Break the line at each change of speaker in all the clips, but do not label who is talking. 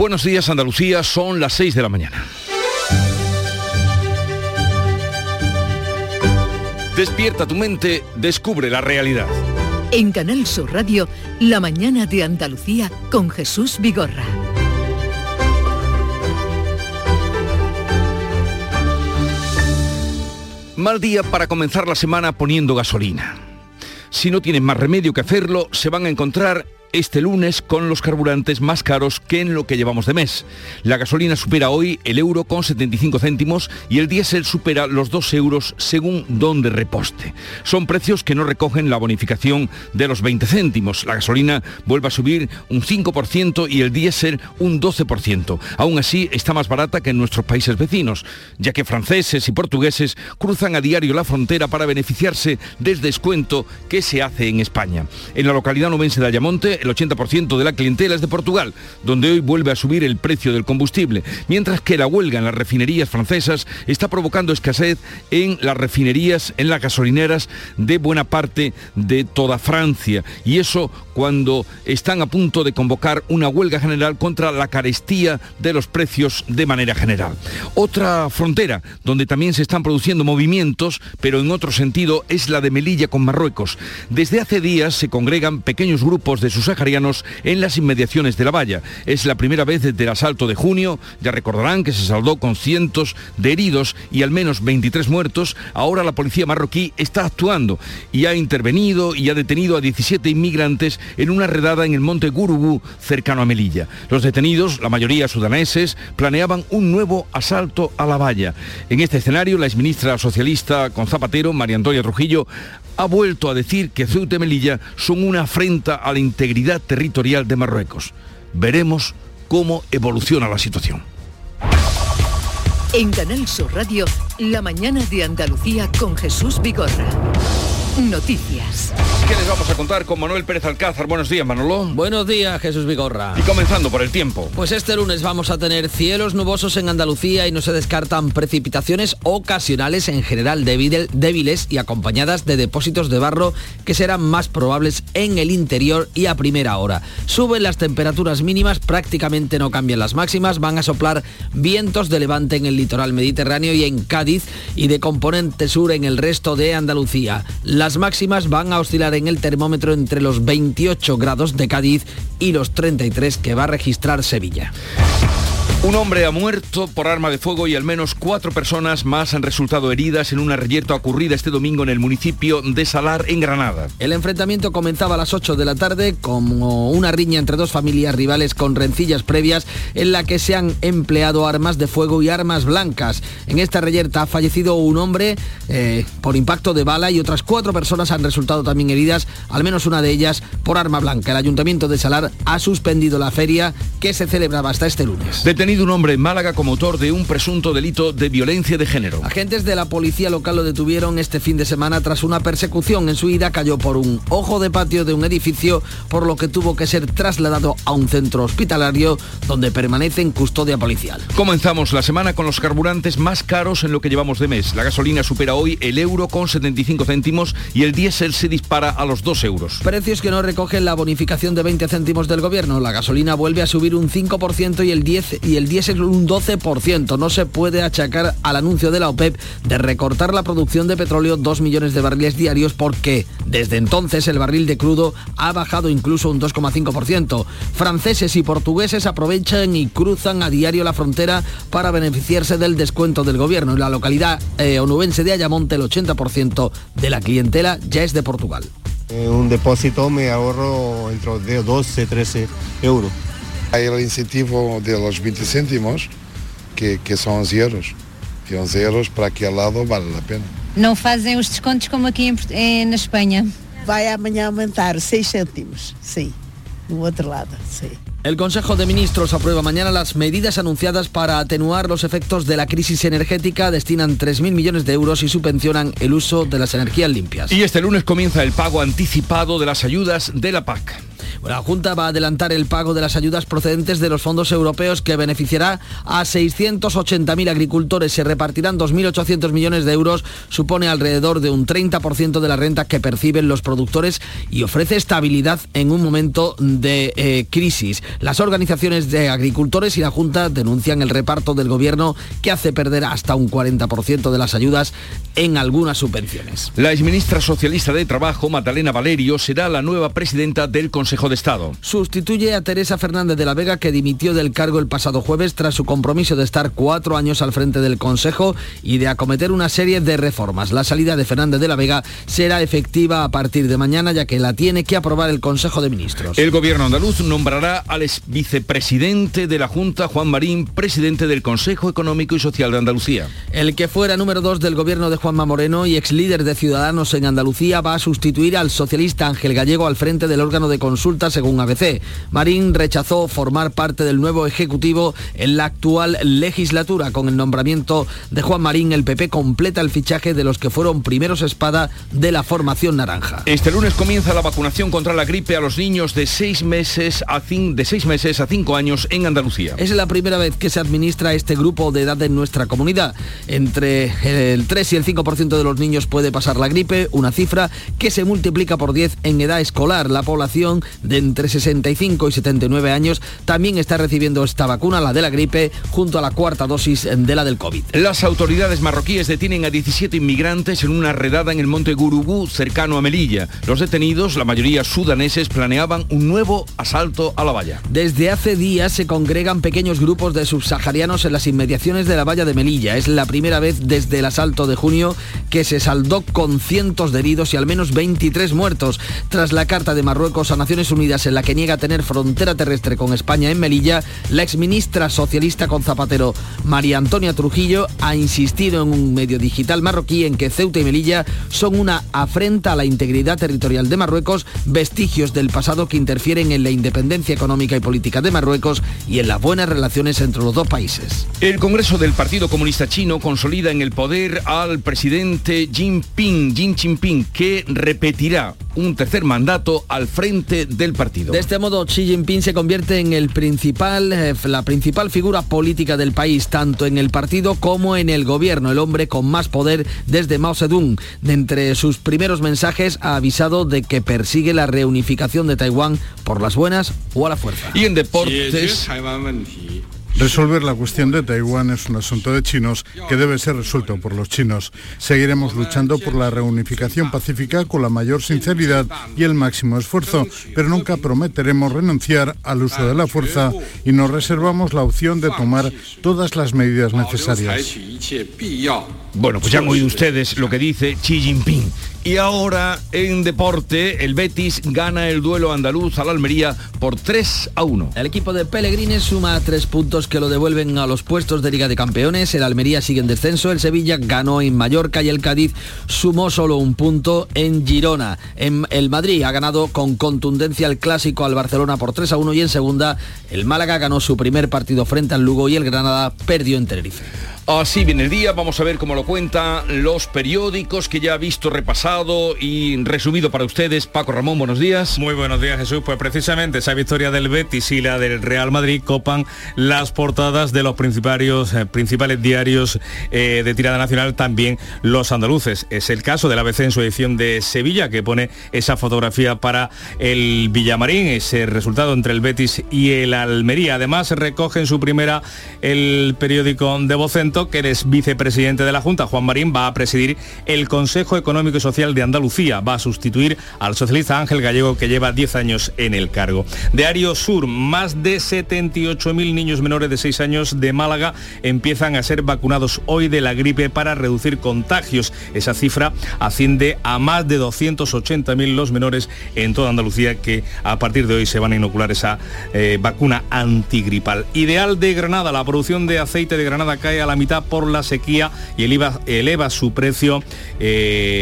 Buenos días, Andalucía, son las 6 de la mañana. Despierta tu mente, descubre la realidad.
En Canal Sur Radio, La mañana de Andalucía con Jesús Vigorra.
Mal día para comenzar la semana poniendo gasolina. Si no tienes más remedio que hacerlo, se van a encontrar este lunes con los carburantes más caros que en lo que llevamos de mes. La gasolina supera hoy el euro con 75 céntimos y el diésel supera los 2 euros según donde reposte. Son precios que no recogen la bonificación de los 20 céntimos. La gasolina vuelve a subir un 5% y el diésel un 12%. Aún así está más barata que en nuestros países vecinos, ya que franceses y portugueses cruzan a diario la frontera para beneficiarse del descuento que se hace en España. En la localidad onubense de Ayamonte, el 80% de la clientela es de Portugal, donde hoy vuelve a subir el precio del combustible, mientras que la huelga en las refinerías francesas está provocando escasez en las refinerías, en las gasolineras de buena parte de toda Francia. Y eso cuando están a punto de convocar una huelga general contra la carestía de los precios de manera general. Otra frontera donde también se están produciendo movimientos, pero en otro sentido, es la de Melilla con Marruecos. Desde hace días se congregan pequeños grupos de subsaharianos en las inmediaciones de la valla. Es la primera vez desde el asalto de junio. Ya recordarán que se saldó con cientos de heridos y al menos 23 muertos. Ahora la policía marroquí está actuando y ha intervenido y ha detenido a 17 inmigrantes en una redada en el monte Gurugú, cercano a Melilla. Los detenidos, la mayoría sudaneses, planeaban un nuevo asalto a la valla. En este escenario, la exministra socialista con Zapatero, María Antonia Trujillo, ha vuelto a decir que Ceuta y Melilla son una afrenta a la integridad territorial de Marruecos. Veremos cómo evoluciona la situación.
En Canal Sur Radio, La mañana de Andalucía con Jesús Vigorra. Noticias.
¿Qué les vamos a contar con Manuel Pérez Alcázar? Buenos días, Manolo.
Buenos días, Jesús Vigorra.
Y comenzando por el tiempo.
Pues este lunes vamos a tener cielos nubosos en Andalucía y no se descartan precipitaciones ocasionales, en general débiles y acompañadas de depósitos de barro que serán más probables en el interior y a primera hora. Suben las temperaturas mínimas, prácticamente no cambian las máximas, van a soplar vientos de levante en el litoral mediterráneo y en Cádiz y de componente sur en el resto de Andalucía. Las máximas van a oscilar en el termómetro entre los 28 grados de Cádiz y los 33 que va a registrar Sevilla.
Un hombre ha muerto por arma de fuego y al menos 4 personas más han resultado heridas en una reyerta ocurrida este domingo en el municipio de Salar, en Granada.
El enfrentamiento comenzaba a las 8 de la tarde como una riña entre dos familias rivales con rencillas previas en la que se han empleado armas de fuego y armas blancas. En esta reyerta ha fallecido un hombre por impacto de bala y otras 4 personas han resultado también heridas, al menos una de ellas por arma blanca. El Ayuntamiento de Salar ha suspendido la feria que se celebraba hasta este lunes.
Detenido un hombre en Málaga como autor de un presunto delito de violencia de género.
Agentes de la policía local lo detuvieron este fin de semana tras una persecución. En su ida cayó por un ojo de patio de un edificio, por lo que tuvo que ser trasladado a un centro hospitalario donde permanece en custodia policial.
Comenzamos la semana con los carburantes más caros en lo que llevamos de mes. La gasolina supera hoy el euro con 75 céntimos y el diésel se dispara a los 2 euros.
Precios que no recogen la bonificación de 20 céntimos del gobierno. La gasolina vuelve a subir un 5% y el diésel un 12%. No se puede achacar al anuncio de la OPEP de recortar la producción de petróleo 2 millones de barriles diarios, porque desde entonces el barril de crudo ha bajado incluso un 2,5%. Franceses y portugueses aprovechan y cruzan a diario la frontera para beneficiarse del descuento del gobierno. En la localidad onubense de Ayamonte, el 80% de la clientela ya es de Portugal.
Un depósito me ahorro entre 12 y 13 euros.
Hay el incentivo de los 20 céntimos, que son 11 euros. E 11 euros para aquele lado vale a pena.
Não fazem os descontos como aqui na Espanha.
Vai amanhã aumentar 6 céntimos, sí, no otro lado, sí.
El Consejo de Ministros aprueba mañana las medidas anunciadas para atenuar los efectos de la crisis energética. Destinan 3.000 millones de euros y subvencionan el uso de las energías limpias.
Y este lunes comienza el pago anticipado de las ayudas de la PAC.
La Junta va a adelantar el pago de las ayudas procedentes de los fondos europeos que beneficiará a 680.000 agricultores. Se repartirán 2.800 millones de euros, supone alrededor de un 30% de la renta que perciben los productores y ofrece estabilidad en un momento de crisis. Las organizaciones de agricultores y la Junta denuncian el reparto del gobierno que hace perder hasta un 40% de las ayudas en algunas subvenciones.
La exministra socialista de Trabajo, Magdalena Valerio, será la nueva presidenta del Consejo de Estado.
Sustituye a Teresa Fernández de la Vega, que dimitió del cargo el pasado jueves tras su compromiso de estar 4 años al frente del Consejo y de acometer una serie de reformas. La salida de Fernández de la Vega será efectiva a partir de mañana, ya que la tiene que aprobar el Consejo de Ministros.
El gobierno andaluz nombrará al ex vicepresidente de la Junta, Juan Marín, presidente del Consejo Económico y Social de Andalucía.
El que fuera número 2 del gobierno de Juanma Moreno y ex líder de Ciudadanos en Andalucía va a sustituir al socialista Ángel Gallego al frente del órgano de consulta, según ABC. Marín rechazó formar parte del nuevo Ejecutivo en la actual legislatura. Con el nombramiento de Juan Marín, el PP completa el fichaje de los que fueron primeros espada de la formación naranja.
Este lunes comienza la vacunación contra la gripe a los niños de 6 meses a 5 años en Andalucía.
Es la primera vez que se administra a este grupo de edad en nuestra comunidad. Entre el 3 y el 5% de los niños puede pasar la gripe, una cifra que se multiplica por 10 en edad escolar. La población de entre 65 y 79 años también está recibiendo esta vacuna, la de la gripe, junto a la cuarta dosis de la del COVID.
Las autoridades marroquíes detienen a 17 inmigrantes en una redada en el monte Gurugú, cercano a Melilla. Los detenidos, la mayoría sudaneses, planeaban un nuevo asalto a la valla.
Desde hace días se congregan pequeños grupos de subsaharianos en las inmediaciones de la valla de Melilla. Es la primera vez desde el asalto de junio que se saldó con cientos de heridos y al menos 23 muertos. Tras la carta de Marruecos a Naciones Unidas en la que niega tener frontera terrestre con España en Melilla, la exministra socialista con Zapatero, María Antonia Trujillo, ha insistido en un medio digital marroquí en que Ceuta y Melilla son una afrenta a la integridad territorial de Marruecos, vestigios del pasado que interfieren en la independencia económica y política de Marruecos y en las buenas relaciones entre los dos países.
El Congreso del Partido Comunista Chino consolida en el poder al presidente Xi Jinping, que repetirá un tercer mandato al frente del partido.
De este modo, Xi Jinping se convierte en la principal figura política del país, tanto en el partido como en el gobierno, el hombre con más poder desde Mao Zedong. De entre sus primeros mensajes ha avisado de que persigue la reunificación de Taiwán por las buenas o a la fuerza.
Y en deportes...
Resolver la cuestión de Taiwán es un asunto de chinos que debe ser resuelto por los chinos. Seguiremos luchando por la reunificación pacífica con la mayor sinceridad y el máximo esfuerzo, pero nunca prometeremos renunciar al uso de la fuerza y nos reservamos la opción de tomar todas las medidas necesarias.
Bueno, pues ya han oído ustedes lo que dice Xi Jinping. Y ahora, en deporte, el Betis gana el duelo andaluz al Almería por 3-1.
El equipo de Pellegrini suma 3 puntos que lo devuelven a los puestos de Liga de Campeones. El Almería sigue en descenso, el Sevilla ganó en Mallorca y el Cádiz sumó solo 1 punto en Girona. El Madrid ha ganado con contundencia el clásico al Barcelona por 3-1 y en segunda el Málaga ganó su primer partido frente al Lugo y el Granada perdió en Tenerife.
Así viene el día, vamos a ver cómo lo cuentan los periódicos que ya ha visto repasado y resumido para ustedes. Paco Ramón, buenos días.
Muy buenos días, Jesús. Pues precisamente esa victoria del Betis y la del Real Madrid copan las portadas de los principales diarios de tirada nacional, también los andaluces. Es el caso del ABC en su edición de Sevilla, que pone esa fotografía para el Villamarín, ese resultado entre el Betis y el Almería. Además, recoge en su primera el periódico de Vocento que el ex vicepresidente de la Junta, Juan Marín, va a presidir el Consejo Económico y Social de Andalucía. Va a sustituir al socialista Ángel Gallego, que lleva 10 años en el cargo. Diario Sur, más de 78.000 niños menores de 6 años de Málaga empiezan a ser vacunados hoy de la gripe para reducir contagios. Esa cifra asciende a más de 280.000 los menores en toda Andalucía que a partir de hoy se van a inocular esa vacuna antigripal. Ideal de Granada, la producción de aceite de Granada cae a la mitad por la sequía y eleva su precio a unas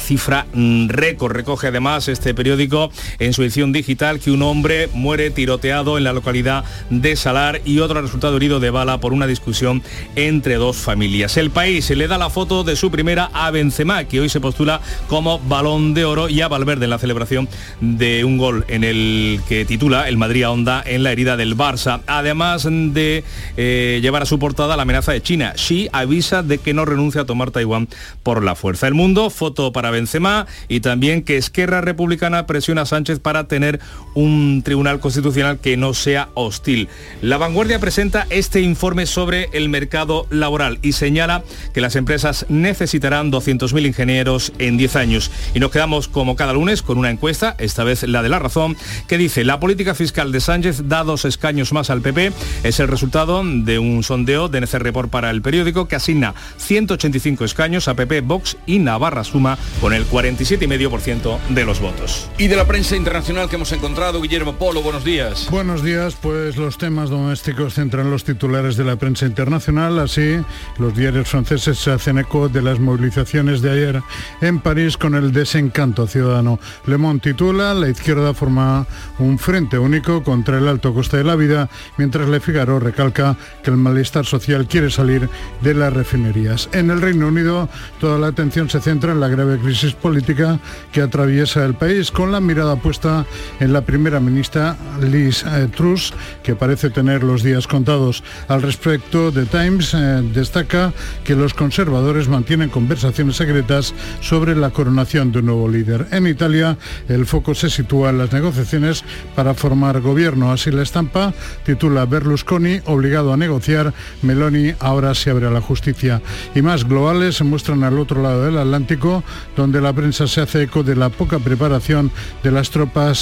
cifra récord. Recoge además este periódico en su edición digital que un hombre muere tiroteado en la localidad de Salar y otro resultado herido de bala por una discusión entre dos familias. El País se le da la foto de su primera a Benzema, que hoy se postula como Balón de Oro, y a Valverde en la celebración de un gol en el que titula "El Madrid ahonda en la herida del Barça", además de llevar a su portada la amenaza de China. Xi avisa de que no renuncia a tomar Taiwán por la fuerza. El Mundo, foto para Benzema, y también que Esquerra Republicana presiona a Sánchez para tener un tribunal constitucional que no sea hostil. La Vanguardia presenta este informe sobre el mercado laboral y señala que las empresas necesitarán 200.000 ingenieros en 10 años. Y nos quedamos como cada lunes con una encuesta, esta vez la de La Razón, que dice: la política fiscal de Sánchez da 2 escaños más al PP. Es el resultado de un sondeo de NC Report para el periódico, que asigna 185 escaños a PP, Vox y Navarra suma con el 47,5% de los votos.
Y de la prensa internacional que hemos encontrado, Guillermo Polo, buenos días.
Buenos días, pues los temas domésticos centran los titulares de la prensa internacional. Así, los diarios franceses se hacen eco de las movilizaciones de ayer en París con el desencanto ciudadano. Le Monde titula: la izquierda forma un frente único contra el alto coste de la vida, mientras Le Figaro recalca que el malestar social quiere salir de las refinerías. En el Reino Unido, toda la atención se centra en la grave crisis política que atraviesa el país, con la mirada puesta en la primera ministra Liz Truss, que parece tener los días contados. Al respecto, The Times destaca que los conservadores mantienen conversaciones secretas sobre la coronación de un nuevo líder. En Italia, el foco se sitúa en las negociaciones para formar gobierno. Así, La Estampa titula: Berlusconi obligado a negociar, Meloni ahora se abre a la justicia. Y más globales se muestran al otro lado del Atlántico, donde la prensa se hace eco de la poca preparación de las tropas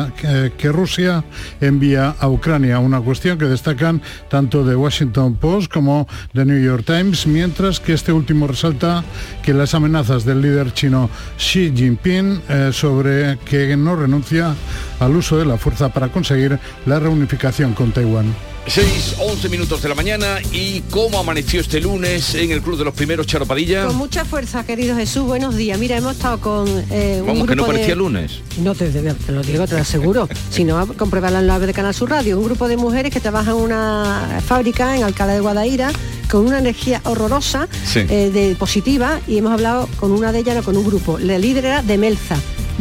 que Rusia envía a Ucrania, una cuestión que destacan tanto The Washington Post como The New York Times, mientras que este último resalta que las amenazas del líder chino Xi Jinping sobre que no renuncia al uso de la fuerza para conseguir la reunificación con Taiwán.
6:11 minutos de la mañana. ¿Y cómo amaneció este lunes en el Club de los Primeros, Charo Padilla?
Con mucha fuerza, querido Jesús, buenos días. Mira, hemos estado con un
Vamos, que no parecía
de...
lunes.
No, te lo digo, te lo aseguro. Si no, compruébalo en la web de Canal Sur Radio. Un grupo de mujeres que trabajan en una fábrica en Alcalá de Guadaira con una energía horrorosa,
sí,
de positiva, y hemos hablado con una de ellas, no, con un grupo. La líder era de Melza,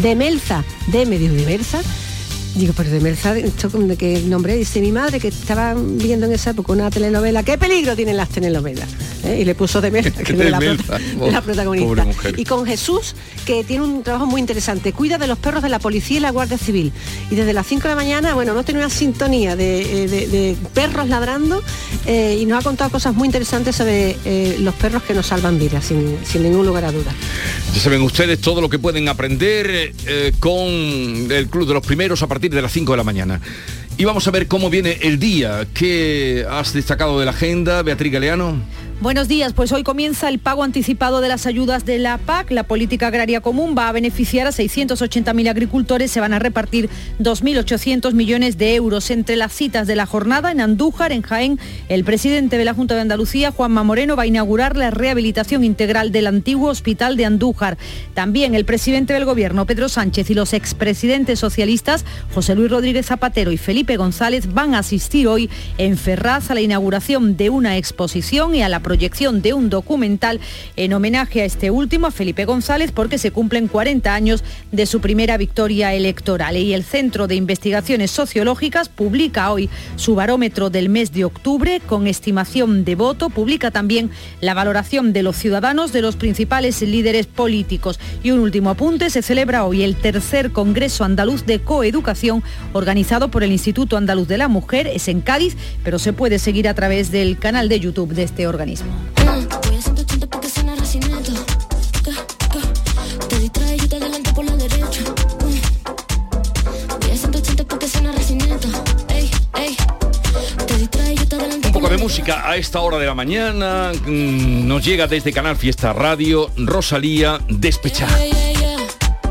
de medio diversa. Digo, pero de Melza, esto de que nombre, dice mi madre, que estaba viendo en esa época una telenovela. ¿Qué peligro tienen las telenovelas? Y le puso de Melza, que es la protagonista. Y con Jesús, que tiene un trabajo muy interesante. Cuida de los perros de la policía y la Guardia Civil. Y desde las 5 de la mañana, bueno, hemos tenido una sintonía de perros ladrando, y nos ha contado cosas muy interesantes sobre los perros que nos salvan vidas, sin ningún lugar a dudas.
Ya saben ustedes todo lo que pueden aprender con el Club de los Primeros a partir de las 5 de la mañana. Y vamos a ver cómo viene el día. ¿Qué has destacado de la agenda, Beatriz Galeano?
Buenos días, pues hoy comienza el pago anticipado de las ayudas de la PAC. La política agraria común va a beneficiar a 680.000 agricultores. Se van a repartir 2.800 millones de euros. Entre las citas de la jornada, en Andújar, en Jaén, el presidente de la Junta de Andalucía, Juanma Moreno, va a inaugurar la rehabilitación integral del antiguo hospital de Andújar. También el presidente del Gobierno, Pedro Sánchez, y los expresidentes socialistas, José Luis Rodríguez Zapatero y Felipe González, van a asistir hoy en Ferraz a la inauguración de una exposición y a la proyección de un documental en homenaje a este último, a Felipe González, porque se cumplen 40 años de su primera victoria electoral. Y el Centro de Investigaciones Sociológicas publica hoy su barómetro del mes de octubre con estimación de voto. Publica también la valoración de los ciudadanos de los principales líderes políticos. Y un último apunte: se celebra hoy el tercer Congreso Andaluz de Coeducación, organizado por el Instituto Andaluz de la Mujer. Es en Cádiz, pero se puede seguir a través del canal de YouTube de este organismo.
Un poco de música a esta hora de la mañana. Nos llega desde Canal Fiesta Radio Rosalía, Despechada.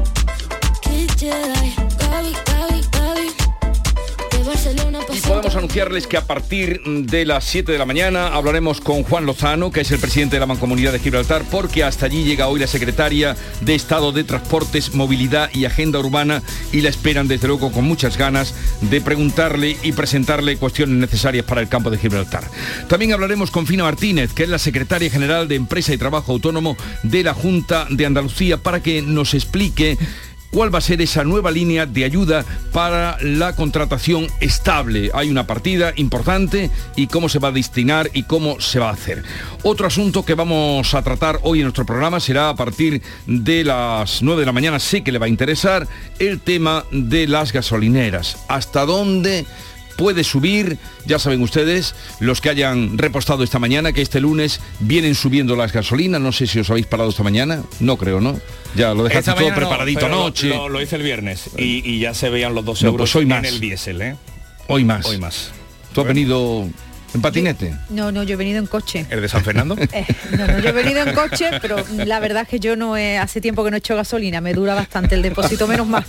Y podemos anunciar anunciarles que a partir de las 7 de la mañana hablaremos con Juan Lozano, que es el presidente de la Mancomunidad de Gibraltar, porque hasta allí llega hoy la secretaria de Estado de Transportes, Movilidad y Agenda Urbana, y la esperan desde luego con muchas ganas de preguntarle y presentarle cuestiones necesarias para el campo de Gibraltar. También hablaremos con Fina Martínez, que es la secretaria general de Empresa y Trabajo Autónomo de la Junta de Andalucía, para que nos explique cuál va a ser esa nueva línea de ayuda para la contratación estable. Hay una partida importante y cómo se va a destinar y cómo se va a hacer. Otro asunto que vamos a tratar hoy en nuestro programa será a partir de las 9 de la mañana, sé que le va a interesar, el tema de las gasolineras. ¿Hasta dónde puede subir? Ya saben ustedes, los que hayan repostado esta mañana, que este lunes vienen subiendo las gasolinas. No sé si os habéis parado esta mañana. No creo, ¿no? Ya lo dejaste todo preparadito anoche.
Lo hice el viernes y ya se veían los 2 euros
pues hoy
en el diésel, ¿eh?
Hoy más.
Hoy más.
¿Tú has venido en patinete?
No, yo he venido en coche.
¿El de San Fernando?
No, yo he venido en coche, pero la verdad es que yo hace tiempo que no he hecho gasolina, me dura bastante el depósito, menos mal.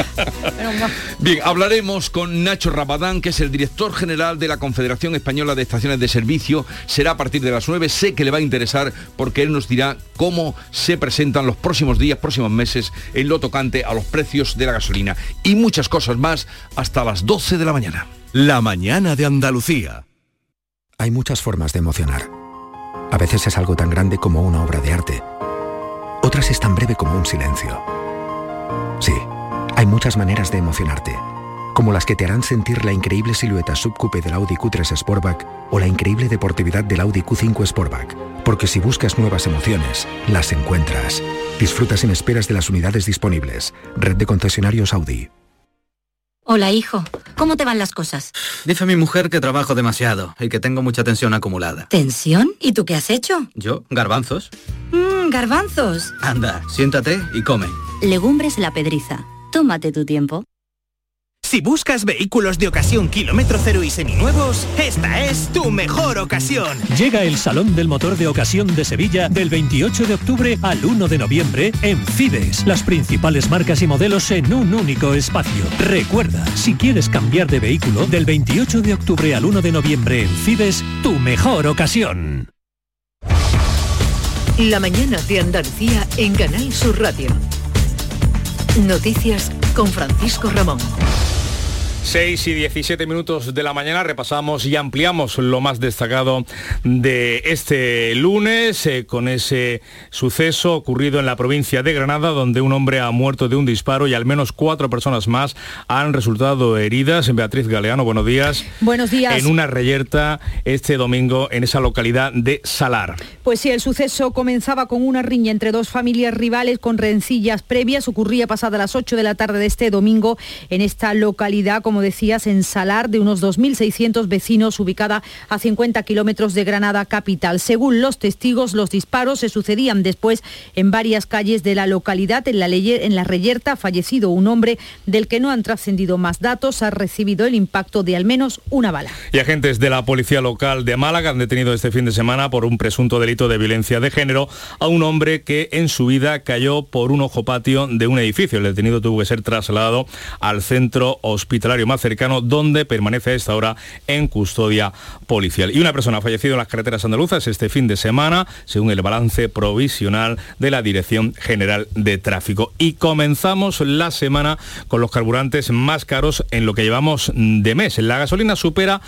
Bien, hablaremos con Nacho Rabadán, que es el director general de la Confederación Española de Estaciones de Servicio. Será a partir de las 9, sé que le va a interesar porque él nos dirá cómo se presentan los próximos días, próximos meses, en lo tocante a los precios de la gasolina. Y muchas cosas más hasta las 12 de la mañana.
La mañana de Andalucía.
Hay muchas formas de emocionar. A veces es algo tan grande como una obra de arte. Otras es tan breve como un silencio. Sí, hay muchas maneras de emocionarte, como las que te harán sentir la increíble silueta subcoupe del Audi Q3 Sportback o la increíble deportividad del Audi Q5 Sportback. Porque si buscas nuevas emociones, las encuentras. Disfruta sin esperas de las unidades disponibles. Red de concesionarios Audi.
Hola, hijo. ¿Cómo te van las cosas?
Dice mi mujer que trabajo demasiado y que tengo mucha tensión acumulada.
¿Tensión? ¿Y tú qué has hecho?
¿Yo? Garbanzos.
Garbanzos.
Anda, siéntate y come.
Legumbres La Pedriza. Tómate tu tiempo.
Si buscas vehículos de ocasión kilómetro cero y seminuevos, esta es tu mejor ocasión.
Llega el Salón del Motor de Ocasión de Sevilla del 28 de octubre al 1 de noviembre en Fides. Las principales marcas y modelos en un único espacio. Recuerda, si quieres cambiar de vehículo, del 28 de octubre al 1 de noviembre en Fides, tu mejor ocasión.
La mañana de Andalucía en Canal Sur Radio. Noticias con Francisco Ramón.
6 y 17 minutos de la mañana, repasamos y ampliamos lo más destacado de este lunes con ese suceso ocurrido en la provincia de Granada, donde un hombre ha muerto de un disparo y al menos 4 personas más han resultado heridas. Beatriz Galeano, buenos días.
Buenos días.
En una reyerta este domingo en esa localidad de Salar.
Pues sí, el suceso comenzaba con una riña entre dos familias rivales con rencillas previas. Ocurría pasada las 8 de la tarde de este domingo en esta localidad, como decías, en Salar, de unos 2.600 vecinos, ubicada a 50 kilómetros de Granada capital. Según los testigos, los disparos se sucedían después en varias calles de la localidad. En la reyerta ha fallecido un hombre del que no han trascendido más datos. Ha recibido el impacto de al menos una bala.
Y agentes de la policía local de Málaga han detenido este fin de semana por un presunto delito de violencia de género a un hombre que en su vida cayó por un ojo patio de un edificio. El detenido tuvo que ser trasladado al centro hospitalario más cercano, donde permanece a esta hora en custodia policial. Y una persona ha fallecido en las carreteras andaluzas este fin de semana, según el balance provisional de la Dirección General de Tráfico. Y comenzamos la semana con los carburantes más caros en lo que llevamos de mes. La gasolina supera,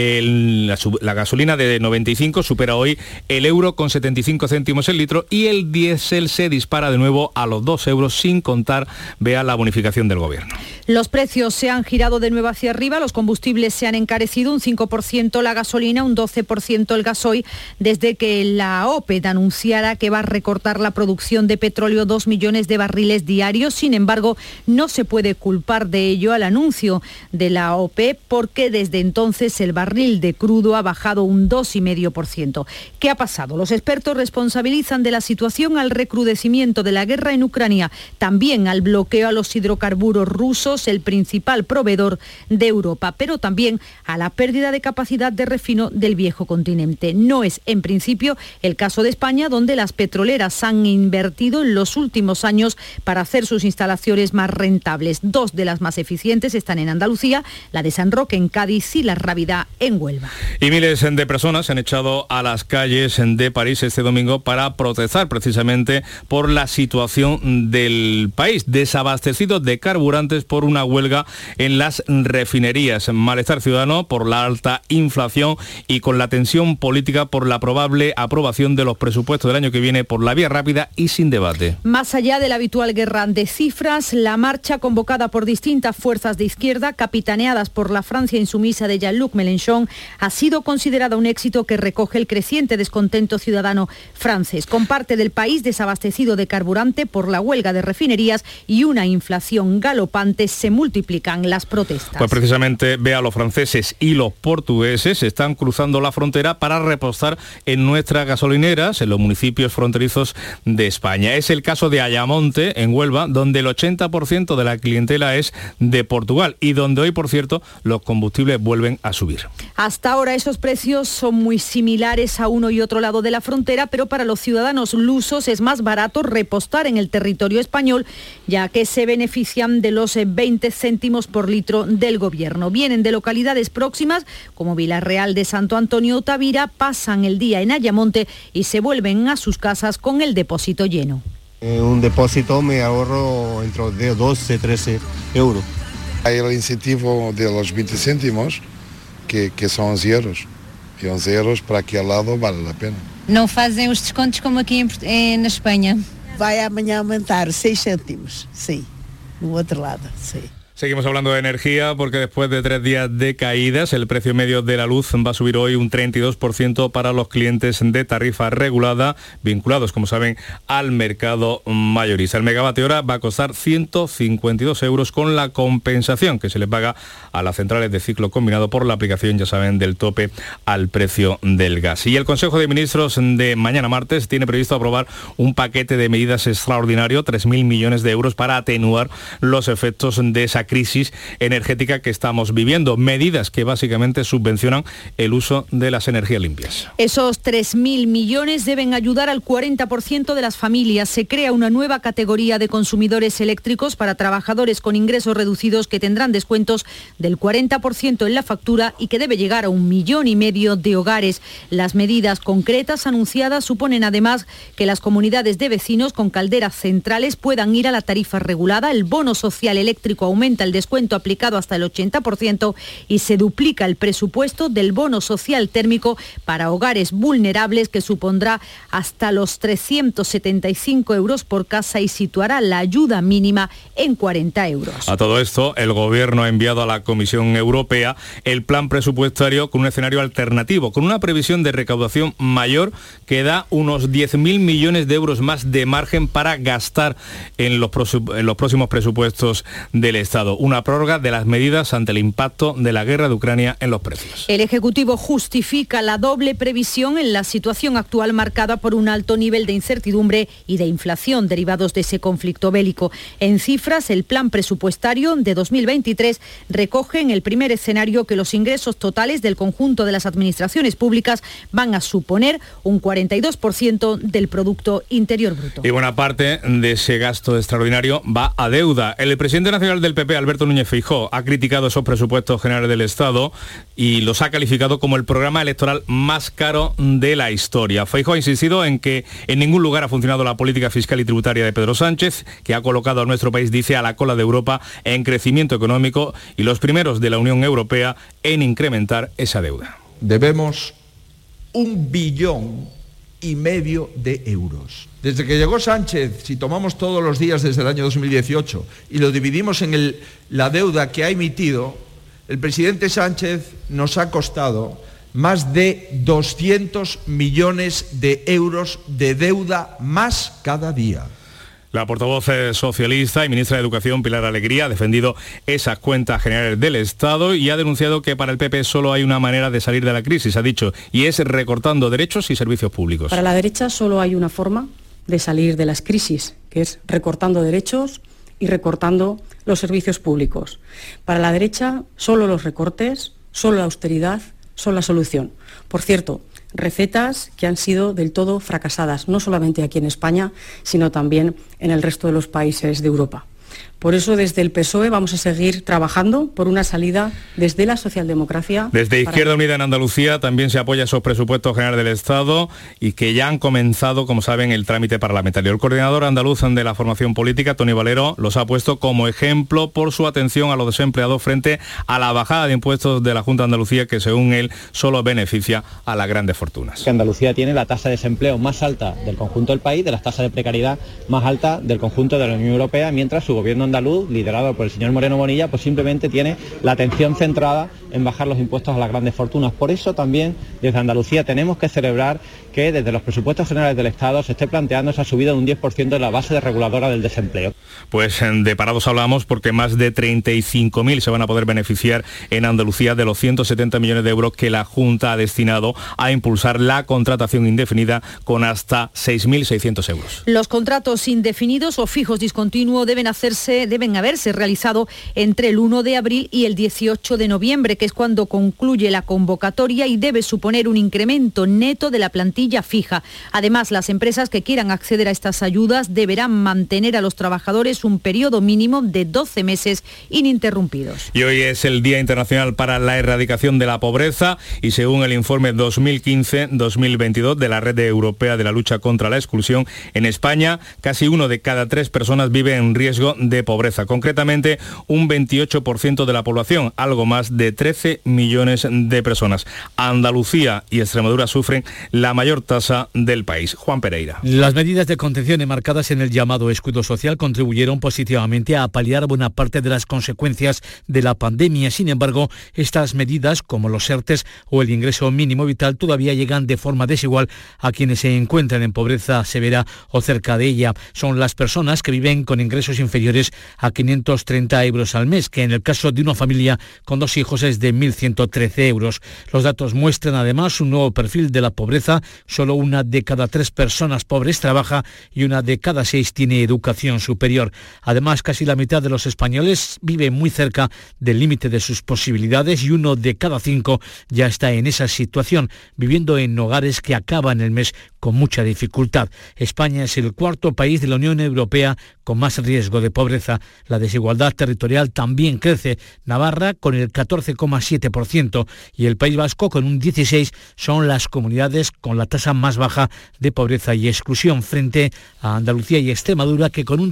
la gasolina de 95 supera hoy el euro con 75 céntimos el litro, y el diésel se dispara de nuevo a los 2 euros, sin contar, vea, la bonificación del gobierno.
Los precios se han girado de nuevo hacia arriba, los combustibles se han encarecido un 5% la gasolina, un 12% el gasoil, desde que la OPEP anunciara que va a recortar la producción de petróleo 2 millones de barriles diarios. Sin embargo, no se puede culpar de ello al anuncio de la OPEP, porque desde entonces el barril de crudo ha bajado un 2,5%. ¿Qué ha pasado? Los expertos responsabilizan de la situación al recrudecimiento de la guerra en Ucrania, también al bloqueo a los hidrocarburos rusos, el principal proveedor interior de Europa, pero también a la pérdida de capacidad de refino del viejo continente. No es, en principio, el caso de España, donde las petroleras han invertido en los últimos años para hacer sus instalaciones más rentables. Dos de las más eficientes están en Andalucía, la de San Roque en Cádiz y la Rábida en Huelva.
Y miles de personas se han echado a las calles de París este domingo para protestar precisamente por la situación del país, desabastecido de carburantes por una huelga en las refinerías. Malestar ciudadano por la alta inflación y con la tensión política por la probable aprobación de los presupuestos del año que viene por la vía rápida y sin debate.
Más allá de la habitual guerra de cifras, la marcha convocada por distintas fuerzas de izquierda, capitaneadas por la Francia insumisa de Jean-Luc Mélenchon, ha sido considerada un éxito que recoge el creciente descontento ciudadano francés. Con parte del país desabastecido de carburante por la huelga de refinerías y una inflación galopante, se multiplican las protestas.
Pues precisamente, vea, los franceses y los portugueses están cruzando la frontera para repostar en nuestras gasolineras en los municipios fronterizos de España. Es el caso de Ayamonte, en Huelva, donde el 80% de la clientela es de Portugal y donde hoy, por cierto, los combustibles vuelven a subir.
Hasta ahora esos precios son muy similares a uno y otro lado de la frontera, pero para los ciudadanos lusos es más barato repostar en el territorio español, ya que se benefician de los 20 céntimos por litro del gobierno. Vienen de localidades próximas como Villarreal de Santo Antonio o Tavira, pasan el día en Ayamonte y se vuelven a sus casas con el depósito lleno.
Un depósito me ahorro entre 12 13 euros.
Hay el incentivo de los 20 céntimos, que son 11 euros. Y 11 euros para aquel lado vale la pena.
Não fazem os descontos como aqui na Espanha.
Vai amanhã aumentar 6 cêntimos, sim, no outro lado, sim.
Seguimos hablando de energía porque después de 3 días de caídas, el precio medio de la luz va a subir hoy un 32% para los clientes de tarifa regulada, vinculados, como saben, al mercado mayorista. El megavatio hora va a costar 152 euros con la compensación que se le paga a las centrales de ciclo combinado por la aplicación, ya saben, del tope al precio del gas. Y el Consejo de Ministros de mañana martes tiene previsto aprobar un paquete de medidas extraordinario, 3.000 millones de euros para atenuar los efectos de esa crisis energética que estamos viviendo. Medidas que básicamente subvencionan el uso de las energías limpias.
Esos 3.000 millones deben ayudar al 40% de las familias. Se crea una nueva categoría de consumidores eléctricos para trabajadores con ingresos reducidos que tendrán descuentos del 40% en la factura y que debe llegar a 1,5 millones de hogares. Las medidas concretas anunciadas suponen además que las comunidades de vecinos con calderas centrales puedan ir a la tarifa regulada. El bono social eléctrico aumenta el descuento aplicado hasta el 80% y se duplica el presupuesto del bono social térmico para hogares vulnerables, que supondrá hasta los 375 euros por casa y situará la ayuda mínima en 40 euros.
A todo esto, el Gobierno ha enviado a la Comisión Europea el plan presupuestario con un escenario alternativo, con una previsión de recaudación mayor que da unos 10.000 millones de euros más de margen para gastar en los próximos presupuestos del Estado. Una prórroga de las medidas ante el impacto de la guerra de Ucrania en los precios.
El Ejecutivo justifica la doble previsión en la situación actual marcada por un alto nivel de incertidumbre y de inflación derivados de ese conflicto bélico. En cifras, el plan presupuestario de 2023 recoge en el primer escenario que los ingresos totales del conjunto de las administraciones públicas van a suponer un 42% del Producto Interior Bruto.
Y buena parte de ese gasto extraordinario va a deuda. El presidente nacional del PP, Alberto Núñez Feijóo, ha criticado esos presupuestos generales del Estado y los ha calificado como el programa electoral más caro de la historia. Feijóo ha insistido en que en ningún lugar ha funcionado la política fiscal y tributaria de Pedro Sánchez, que ha colocado a nuestro país, dice, a la cola de Europa en crecimiento económico y los primeros de la Unión Europea en incrementar esa deuda.
Debemos 1,5 billones de euros. Desde que llegó Sánchez, si tomamos todos los días desde el año 2018 y lo dividimos en la deuda que ha emitido, el presidente Sánchez nos ha costado más de 200 millones de euros de deuda más cada día.
La portavoz socialista y ministra de Educación, Pilar Alegría, ha defendido esas cuentas generales del Estado y ha denunciado que para el PP solo hay una manera de salir de la crisis, ha dicho, y es recortando derechos y servicios públicos.
Para la derecha solo hay una forma de salir de las crisis, que es recortando derechos y recortando los servicios públicos. Para la derecha, solo los recortes, solo la austeridad son la solución. Por cierto, recetas que han sido del todo fracasadas, no solamente aquí en España, sino también en el resto de los países de Europa. Por eso, desde el PSOE vamos a seguir trabajando por una salida desde la socialdemocracia.
Desde Izquierda Unida en Andalucía también se apoya esos presupuestos generales del Estado y que ya han comenzado, como saben, el trámite parlamentario. El coordinador andaluz de la formación política, Tony Valero, los ha puesto como ejemplo por su atención a los desempleados frente a la bajada de impuestos de la Junta de Andalucía, que según él solo beneficia a las grandes fortunas.
Que Andalucía tiene la tasa de desempleo más alta del conjunto del país, de las tasas de precariedad más alta del conjunto de la Unión Europea, mientras su gobierno andaluz, liderado por el señor Moreno Bonilla, pues simplemente tiene la atención centrada en bajar los impuestos a las grandes fortunas. Por eso también desde Andalucía tenemos que celebrar que desde los presupuestos generales del Estado se esté planteando esa subida de un 10% de la base reguladora del desempleo.
Pues de parados hablamos porque más de 35.000 se van a poder beneficiar en Andalucía de los 170 millones de euros que la Junta ha destinado a impulsar la contratación indefinida con hasta 6.600 euros.
Los contratos indefinidos o fijos discontinuos deben haberse realizado entre el 1 de abril y el 18 de noviembre, que es cuando concluye la convocatoria, y debe suponer un incremento neto de la plantilla fija. Además, las empresas que quieran acceder a estas ayudas deberán mantener a los trabajadores un periodo mínimo de 12 meses ininterrumpidos.
Y hoy es el Día Internacional para la Erradicación de la Pobreza y según el informe 2015-2022 de la Red Europea de la Lucha contra la Exclusión, en España casi 1 de cada 3 personas vive en riesgo de pobreza. Concretamente, un 28% de la población, algo más de 13 millones de personas. Andalucía y Extremadura sufren la mayor tasa del país. Juan Pereira.
Las medidas de contención enmarcadas en el llamado escudo social contribuyeron positivamente a paliar buena parte de las consecuencias de la pandemia. Sin embargo, estas medidas, como los ERTEs o el ingreso mínimo vital, todavía llegan de forma desigual a quienes se encuentran en pobreza severa o cerca de ella. Son las personas que viven con ingresos inferiores a 530 euros al mes, que en el caso de una familia con 2 hijos es de 1.113 euros. Los datos muestran además un nuevo perfil de la pobreza. Solo 1 de cada 3 personas pobres trabaja y 1 de cada 6 tiene educación superior. Además, casi la mitad de los españoles vive muy cerca del límite de sus posibilidades y 1 de cada 5 ya está en esa situación, viviendo en hogares que acaban el mes con mucha dificultad. España es el 4º país de la Unión Europea con más riesgo de pobreza. La desigualdad territorial también crece. Navarra, con el 14,7%, y el País Vasco, con un 16%, son las comunidades con la tasa más baja de pobreza y exclusión, frente a Andalucía y Extremadura, que con un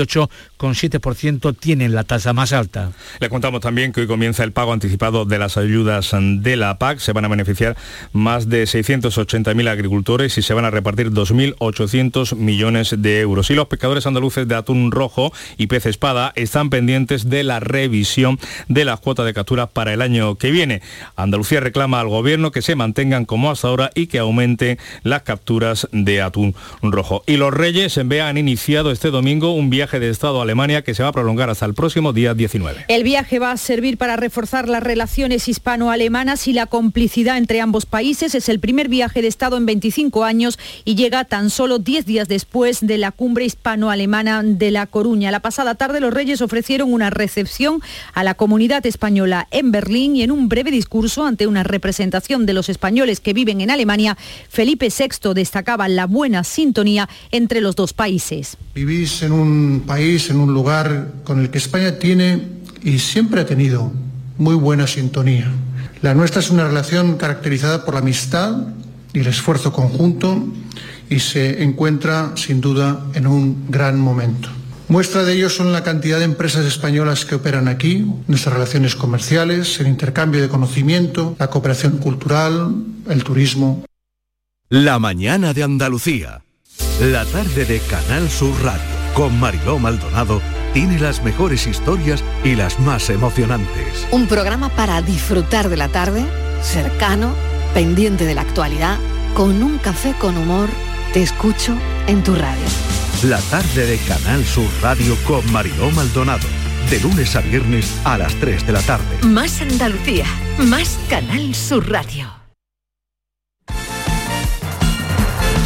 38,7% tienen la tasa más alta.
Le contamos también que hoy comienza el pago anticipado de las ayudas de la PAC. Se van a beneficiar más de 680.000 agricultores y se van a repartir 2.800 millones de euros. Y los pescadores andaluces de atún rojo y pez espada están pendientes de la revisión de las cuotas de captura para el año que viene. Andalucía reclama al gobierno que se mantengan como hasta ahora y que aumenten las capturas de atún rojo. Y los Reyes en Bea han iniciado este domingo un viaje de Estado a Alemania que se va a prolongar hasta el próximo día 19.
El viaje va a servir para reforzar las relaciones hispano-alemanas y la complicidad entre ambos países. Es el primer viaje de Estado en 25 años y llega tan solo 10 días después de la cumbre hispano-alemana de La Coruña. La pasada tarde los Reyes ofrecieron una recepción a la comunidad española en Berlín y en un breve discurso ante una representación de los españoles que viven en Alemania, Felipe VI destacaba la buena sintonía entre los dos países.
Vivís en un país, en un lugar con el que España tiene y siempre ha tenido muy buena sintonía. La nuestra es una relación caracterizada por la amistad y el esfuerzo conjunto y se encuentra sin duda en un gran momento. Muestra de ello son la cantidad de empresas españolas que operan aquí, nuestras relaciones comerciales, el intercambio de conocimiento, la cooperación cultural, el turismo.
La mañana de Andalucía. La tarde de Canal Sur Radio con Mariló Maldonado tiene las mejores historias y las más emocionantes.
Un programa para disfrutar de la tarde, cercano, pendiente de la actualidad, con un café con humor. Te escucho en tu radio.
La tarde de Canal Sur Radio con Mariló Maldonado. De lunes a viernes a las 3 de la tarde.
Más Andalucía, más Canal Sur Radio.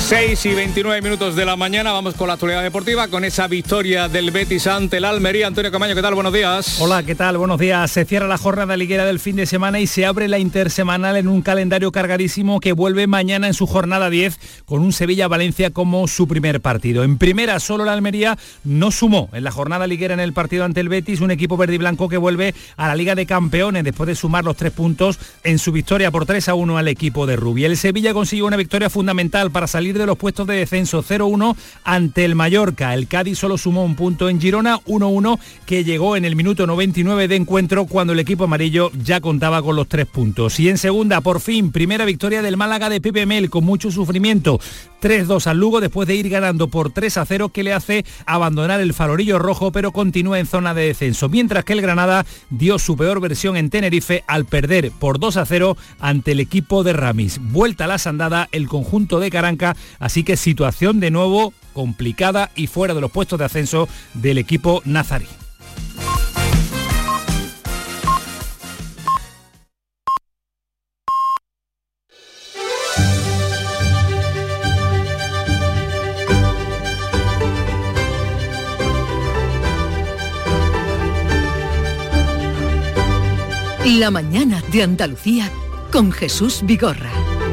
6:29 de la mañana, vamos con la actualidad deportiva, con esa victoria del Betis ante el Almería. Antonio Camaño, ¿qué tal? Buenos días.
Hola, ¿qué tal? Buenos días. Se cierra la jornada liguera del fin de semana y se abre la intersemanal en un calendario cargadísimo que vuelve mañana en su jornada 10 con un Sevilla-Valencia como su primer partido. En primera, solo el Almería no sumó en la jornada liguera en el partido ante el Betis, un equipo verde y blanco que vuelve a la Liga de Campeones después de sumar los 3 puntos en su victoria por 3-1 al equipo de Rubí. El Sevilla consiguió una victoria fundamental para salir de los puestos de descenso, 0-1 ante el Mallorca. El Cádiz solo sumó un punto en Girona, 1-1, que llegó en el minuto 99 de encuentro cuando el equipo amarillo ya contaba con los 3 puntos. Y en segunda, por fin, primera victoria del Málaga de Pepe Mel con mucho sufrimiento, 3-2 al Lugo después de ir ganando por 3-0, que le hace abandonar el farolillo rojo, pero continúa en zona de descenso, mientras que el Granada dio su peor versión en Tenerife al perder por 2-0 ante el equipo de Ramis. Vuelta a la sandada el conjunto de Caranca, así que situación de nuevo complicada y fuera de los puestos de ascenso del equipo nazarí.
La mañana de Andalucía con Jesús Vigorra.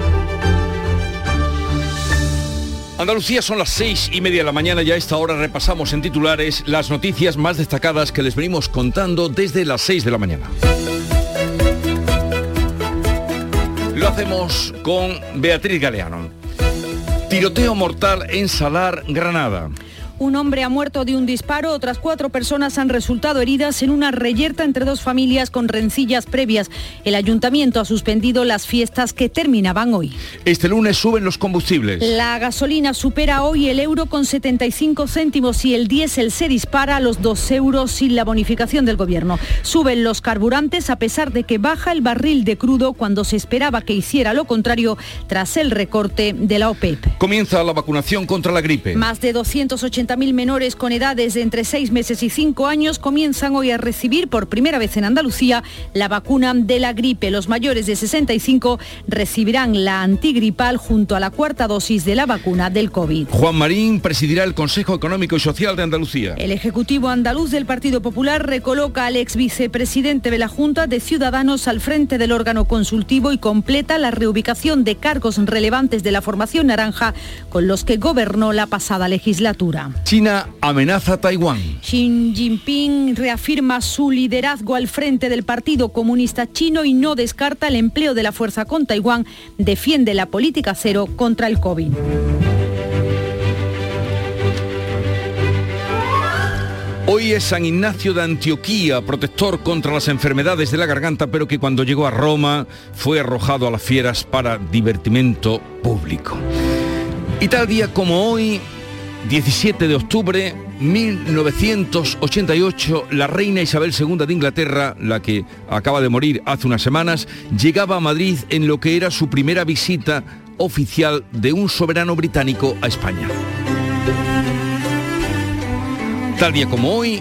Andalucía, son las 6:30 de la mañana y a esta hora repasamos en titulares las noticias más destacadas que les venimos contando desde las 6 de la mañana. Lo hacemos con Beatriz Galeano. Tiroteo mortal en Salar, Granada.
Un hombre ha muerto de un disparo, otras 4 personas han resultado heridas en una reyerta entre 2 familias con rencillas previas. El ayuntamiento ha suspendido las fiestas que terminaban hoy.
Este lunes suben los combustibles.
La gasolina supera hoy el euro con 75 céntimos y el diésel se dispara a los 2 euros sin la bonificación del gobierno. Suben los carburantes a pesar de que baja el barril de crudo cuando se esperaba que hiciera lo contrario tras el recorte de la OPEP.
Comienza la vacunación contra la gripe.
Más de 280.000 menores con edades de entre 6 meses y 5 años comienzan hoy a recibir por primera vez en Andalucía la vacuna de la gripe. Los mayores de 65 recibirán la antigripal junto a la 4ª dosis de la vacuna del COVID.
Juan Marín presidirá el Consejo Económico y Social de Andalucía.
El Ejecutivo andaluz del Partido Popular recoloca al ex vicepresidente de la Junta de Ciudadanos al frente del órgano consultivo y completa la reubicación de cargos relevantes de la formación naranja con los que gobernó la pasada legislatura.
China amenaza a Taiwán.
Xi Jinping reafirma su liderazgo al frente del Partido Comunista Chino y no descarta el empleo de la fuerza con Taiwán. Defiende la política cero contra el COVID.
Hoy es San Ignacio de Antioquía, protector contra las enfermedades de la garganta, pero que cuando llegó a Roma fue arrojado a las fieras para divertimento público. Y tal día como hoy, 17 de octubre, 1988, la reina Isabel II de Inglaterra, la que acaba de morir hace unas semanas, llegaba a Madrid en lo que era su primera visita oficial de un soberano británico a España. Tal día como hoy,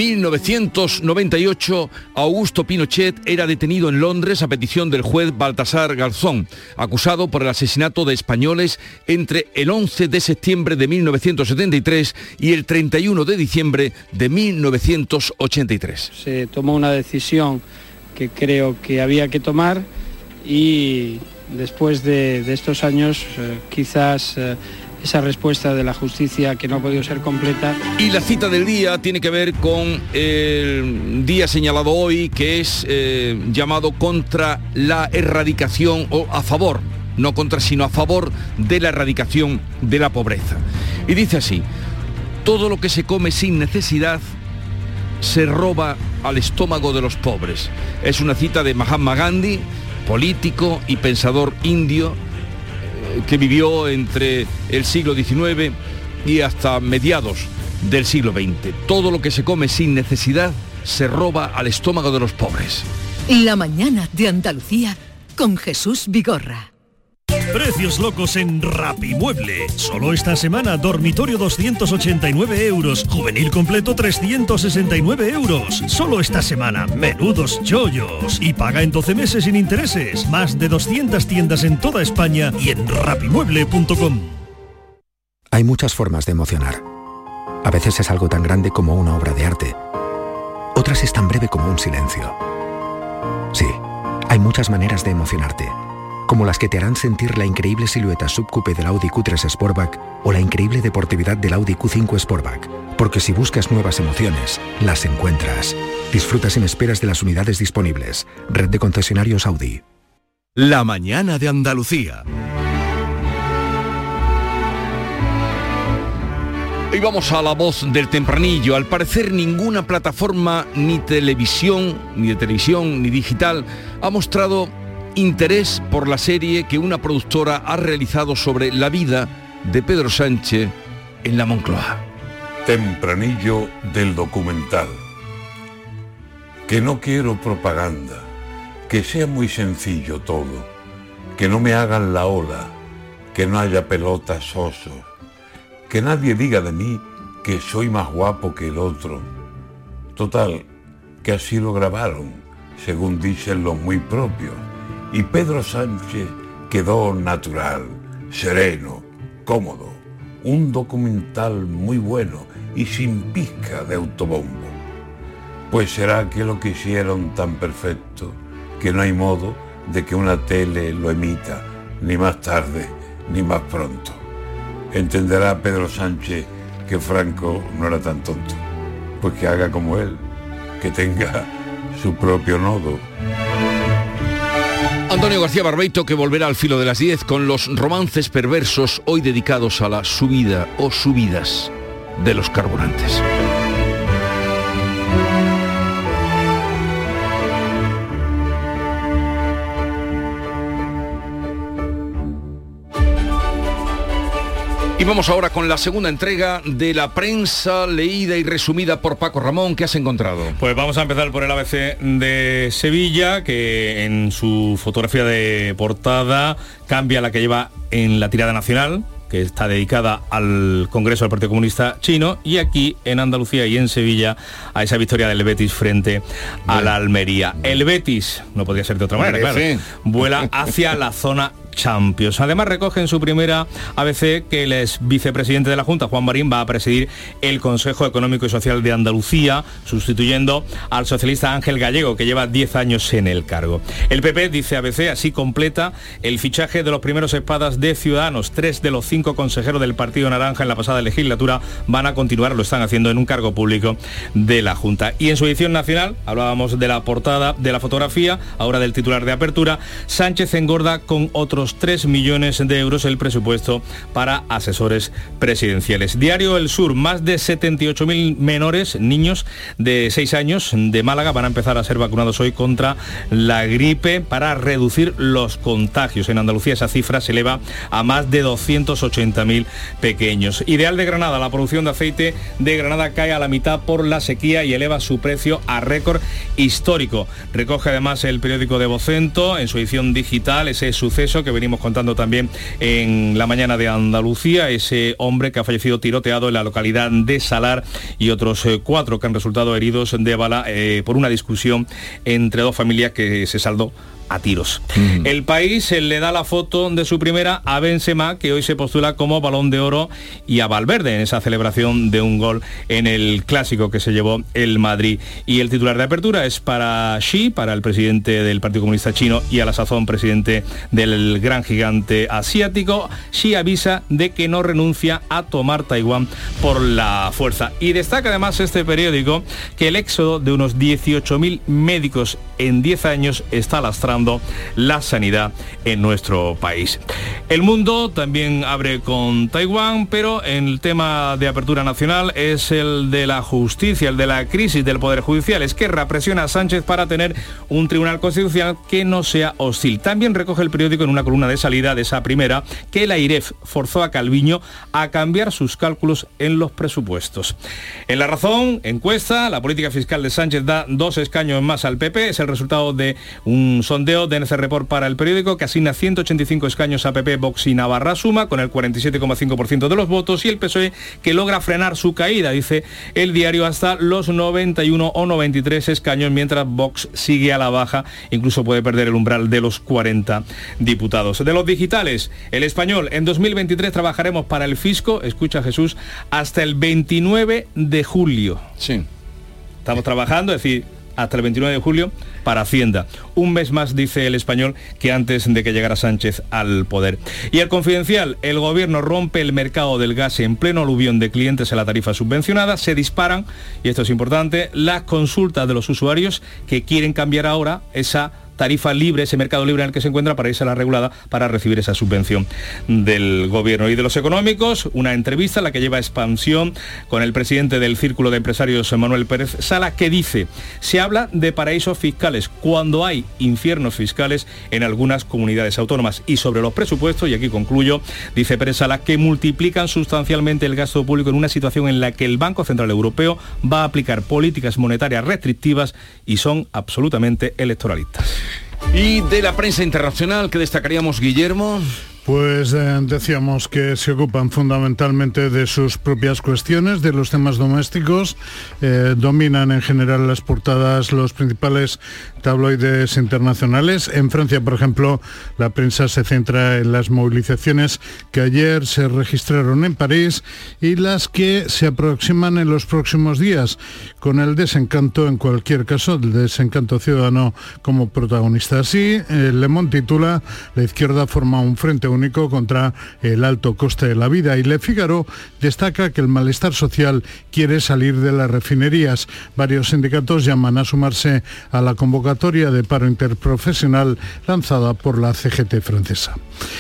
1998, Augusto Pinochet era detenido en Londres a petición del juez Baltasar Garzón, acusado por el asesinato de españoles entre el 11 de septiembre de 1973 y el 31 de diciembre de 1983.
Se tomó una decisión que creo que había que tomar y después de estos años quizás esa respuesta de la justicia que no ha podido ser completa.
Y la cita del día tiene que ver con el día señalado hoy, que es llamado contra la erradicación, o a favor, no contra, sino a favor de la erradicación de la pobreza. Y dice así: todo lo que se come sin necesidad se roba al estómago de los pobres. Es una cita de Mahatma Gandhi, político y pensador indio, que vivió entre el siglo XIX y hasta mediados del siglo XX. Todo lo que se come sin necesidad se roba al estómago de los pobres.
La mañana de Andalucía con Jesús Vigorra.
Precios locos en Rapimueble. Solo esta semana, dormitorio 289 euros, juvenil completo 369 euros. Solo esta semana, menudos chollos. Y paga en 12 meses sin intereses. Más de 200 tiendas en toda España y en rapimueble.com.
Hay muchas formas de emocionar. A veces es algo tan grande como una obra de arte. Otras es tan breve como un silencio. Sí, hay muchas maneras de emocionarte, como las que te harán sentir la increíble silueta subcoupe del Audi Q3 Sportback o la increíble deportividad del Audi Q5 Sportback. Porque si buscas nuevas emociones, las encuentras. Disfruta sin esperas de las unidades disponibles. Red de concesionarios Audi.
La mañana de Andalucía.
Y vamos a la voz del tempranillo. Al parecer ninguna plataforma ni de televisión, ni digital, ha mostrado interés por la serie que una productora ha realizado sobre la vida de Pedro Sánchez en la Moncloa.
Tempranillo del documental. Que no quiero propaganda, que sea muy sencillo todo, que no me hagan la ola, que no haya pelotas osos, que nadie diga de mí que soy más guapo que el otro. Total, que así lo grabaron, según dicen los muy propios, y Pedro Sánchez quedó natural, sereno, cómodo, un documental muy bueno y sin pizca de autobombo. Pues será que lo quisieron tan perfecto que no hay modo de que una tele lo emita, ni más tarde ni más pronto. Entenderá Pedro Sánchez que Franco no era tan tonto, pues que haga como él, que tenga su propio nodo.
Antonio García Barbeito, que volverá al filo de las 10 con los romances perversos hoy dedicados a la subida o subidas de los carburantes. Y vamos ahora con la segunda entrega de la prensa leída y resumida por Paco Ramón. ¿Qué has encontrado?
Pues vamos a empezar por el ABC de Sevilla, que en su fotografía de portada cambia la que lleva en la tirada nacional, que está dedicada al Congreso del Partido Comunista Chino, y aquí en Andalucía y en Sevilla a esa victoria del Betis frente a la Almería. El Betis, no podría ser de otra manera, claro, vuela hacia la zona Champions. Además recoge en su primera ABC que el ex vicepresidente de la Junta, Juan Marín, va a presidir el Consejo Económico y Social de Andalucía, sustituyendo al socialista Ángel Gallego, que lleva 10 años en el cargo. El PP, dice ABC, así completa el fichaje de los primeros espadas de Ciudadanos. 3 de los 5 consejeros del Partido Naranja en la pasada legislatura van a continuar, lo están haciendo en un cargo público de la Junta. Y en su edición nacional, hablábamos de la portada, de la fotografía, ahora del titular de apertura, Sánchez engorda con otros 3 millones de euros el presupuesto para asesores presidenciales. Diario El Sur, más de 78.000 menores, niños de 6 años de Málaga van a empezar a ser vacunados hoy contra la gripe para reducir los contagios. En Andalucía esa cifra se eleva a más de 280.000 pequeños. Ideal de Granada, la producción de aceite de Granada cae a la mitad por la sequía y eleva su precio a récord histórico. Recoge además el periódico de Vocento en su edición digital ese suceso que venimos contando también en la mañana de Andalucía, ese hombre que ha fallecido tiroteado en la localidad de Salar y otros 4 que han resultado heridos de bala por una discusión entre 2 familias que se saldó a tiros. El País le da la foto de su primera a Benzema, que hoy se postula como Balón de Oro, y a Valverde en esa celebración de un gol en el clásico que se llevó el Madrid. Y el titular de apertura es para Xi, para el presidente del Partido Comunista Chino y a la sazón presidente del gran gigante asiático. Xi avisa de que no renuncia a tomar Taiwán por la fuerza. Y destaca además este periódico que el éxodo de unos 18.000 médicos en 10 años está lastrando la sanidad en nuestro país. El Mundo también abre con Taiwán, pero el tema de apertura nacional es el de la justicia, el de la crisis del Poder Judicial. Esquerra presiona a Sánchez para tener un tribunal constitucional que no sea hostil. También recoge el periódico en una columna de salida de esa primera que la AIREF forzó a Calviño a cambiar sus cálculos en los presupuestos. En La Razón, encuesta, la política fiscal de Sánchez da 2 escaños más al PP, es el resultado de un sondeo sondeo de NC Report para El Periódico, que asigna 185 escaños a PP, Vox y Navarra Suma, con el 47,5% de los votos, y el PSOE, que logra frenar su caída, dice el diario, hasta los 91 o 93 escaños, mientras Vox sigue a la baja, incluso puede perder el umbral de los 40 diputados. De los digitales, El Español: en 2023 trabajaremos para el fisco, escucha Jesús, hasta el 29 de julio.
Sí.
Estamos trabajando, es decir, hasta el 29 de julio para Hacienda. Un mes más, dice El Español, que antes de que llegara Sánchez al poder. Y El Confidencial: el gobierno rompe el mercado del gas en pleno aluvión de clientes en la tarifa subvencionada. Se disparan, y esto es importante, las consultas de los usuarios que quieren cambiar ahora esa tarifa libre, ese mercado libre en el que se encuentra, para irse a la regulada para recibir esa subvención del gobierno. Y de los económicos, una entrevista, la que lleva Expansión, con el presidente del Círculo de Empresarios, Manuel Pérez Sala, que dice: se habla de paraísos fiscales cuando hay infiernos fiscales en algunas comunidades autónomas. Y sobre los presupuestos, y aquí concluyo, dice Pérez Sala, que multiplican sustancialmente el gasto público en una situación en la que el Banco Central Europeo va a aplicar políticas monetarias restrictivas y son absolutamente electoralistas.
Y de la prensa internacional, ¿qué destacaríamos, Guillermo?
Pues decíamos que se ocupan fundamentalmente de sus propias cuestiones, de los temas domésticos. Dominan en general las portadas los principales tabloides internacionales. En Francia, por ejemplo, la prensa se centra en las movilizaciones que ayer se registraron en París y las que se aproximan en los próximos días, con el desencanto, en cualquier caso, el desencanto ciudadano como protagonista. Así, Le Monde titula: la izquierda forma un frente único contra el alto coste de la vida, y Le Figaro destaca que el malestar social quiere salir de las refinerías. Varios sindicatos llaman a sumarse a la convocatoria de paro interprofesional lanzada por la CGT francesa.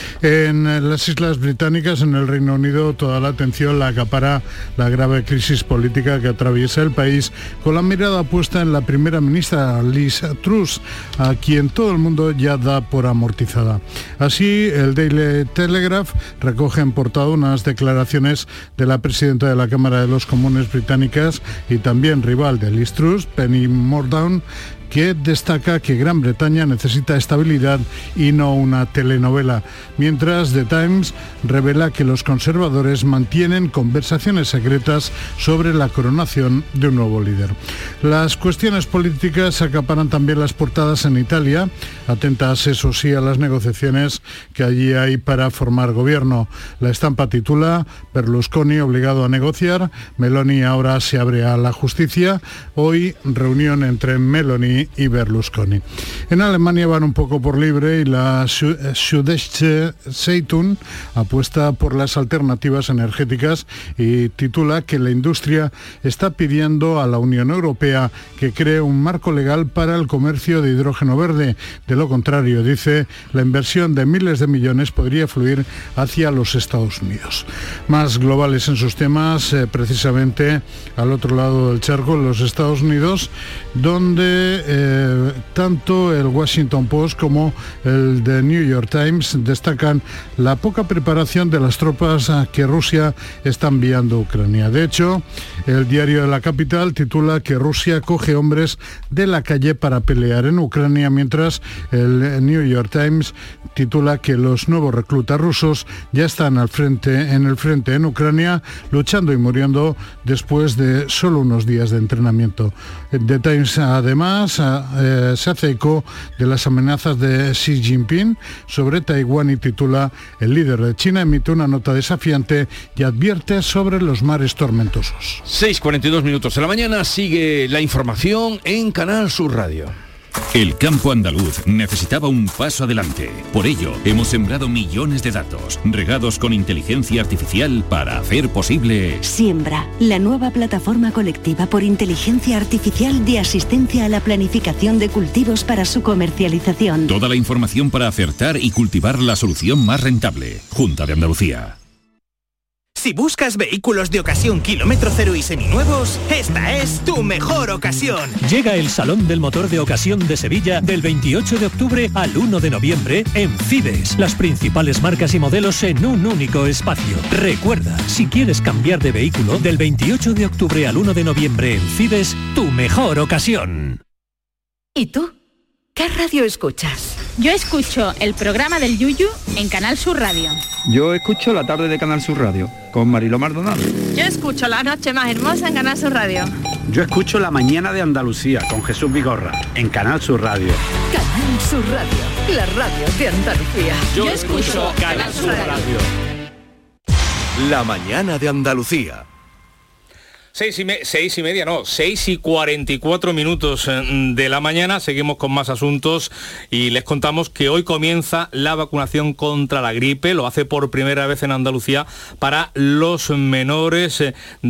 En las Islas Británicas, en el Reino Unido, toda la atención la acapara la grave crisis política que atraviesa el país, con la mirada puesta en la primera ministra Liz Truss, a quien todo el mundo ya da por amortizada. Así, el Daily Telegraph recoge en portada unas declaraciones de la presidenta de la Cámara de los Comunes británicas y también rival de Liz Truss, Penny Mordaunt, que destaca que Gran Bretaña necesita estabilidad y no una telenovela, mientras The Times revela que los conservadores mantienen conversaciones secretas sobre la coronación de un nuevo líder. Las cuestiones políticas acaparan también las portadas en Italia, atentas eso sí a las negociaciones que allí hay para formar gobierno. La estampa titula: Berlusconi obligado a negociar, Meloni ahora se abre a la justicia, hoy reunión entre Meloni y Berlusconi. En Alemania van un poco por libre y la Süddeutsche Zeitung apuesta por las alternativas energéticas y titula que la industria está pidiendo a la Unión Europea que cree un marco legal para el comercio de hidrógeno verde. De lo contrario, dice, la inversión de miles de millones podría fluir hacia los Estados Unidos. Más globales en sus temas, precisamente al otro lado del charco, en los Estados Unidos, donde tanto el Washington Post como el The New York Times destacan la poca preparación de las tropas que Rusia está enviando a Ucrania. De hecho, el diario de la capital titula que Rusia coge hombres de la calle para pelear en Ucrania, mientras el New York Times titula que los nuevos reclutas rusos ya están en el frente en Ucrania, luchando y muriendo después de solo unos días de entrenamiento. The Times además se hace eco de las amenazas de Xi Jinping sobre Taiwán y titula: el líder de China emite una nota desafiante y advierte sobre los mares tormentosos.
6:42 de la mañana, sigue la información en Canal Sur Radio.
El campo andaluz necesitaba un paso adelante. Por ello, hemos sembrado millones de datos, regados con inteligencia artificial para hacer posible...
Siembra, la nueva plataforma colectiva por inteligencia artificial de asistencia a la planificación de cultivos para su comercialización.
Toda la información para acertar y cultivar la solución más rentable. Junta de Andalucía.
Si buscas vehículos de ocasión kilómetro cero y seminuevos, esta es tu mejor ocasión.
Llega el Salón del Motor de Ocasión de Sevilla del 28 de octubre al 1 de noviembre en Fides. Las principales marcas y modelos en un único espacio. Recuerda, si quieres cambiar de vehículo, del 28 de octubre al 1 de noviembre en Fides, tu mejor ocasión.
¿Y tú?
¿Qué radio escuchas?
Yo escucho el programa del Yuyu en Canal Sur Radio.
Yo escucho La tarde de Canal Sur Radio con Mariló Maldonado.
Yo escucho La noche más hermosa en Canal Sur Radio.
Yo escucho La mañana de Andalucía con Jesús Vigorra en Canal Sur Radio.
Canal Sur Radio, la radio de Andalucía.
Yo escucho Canal Sur Radio. La mañana de Andalucía.
6:44 de la mañana. Seguimos con más asuntos y les contamos que hoy comienza la vacunación contra la gripe. Lo hace por primera vez en Andalucía para los menores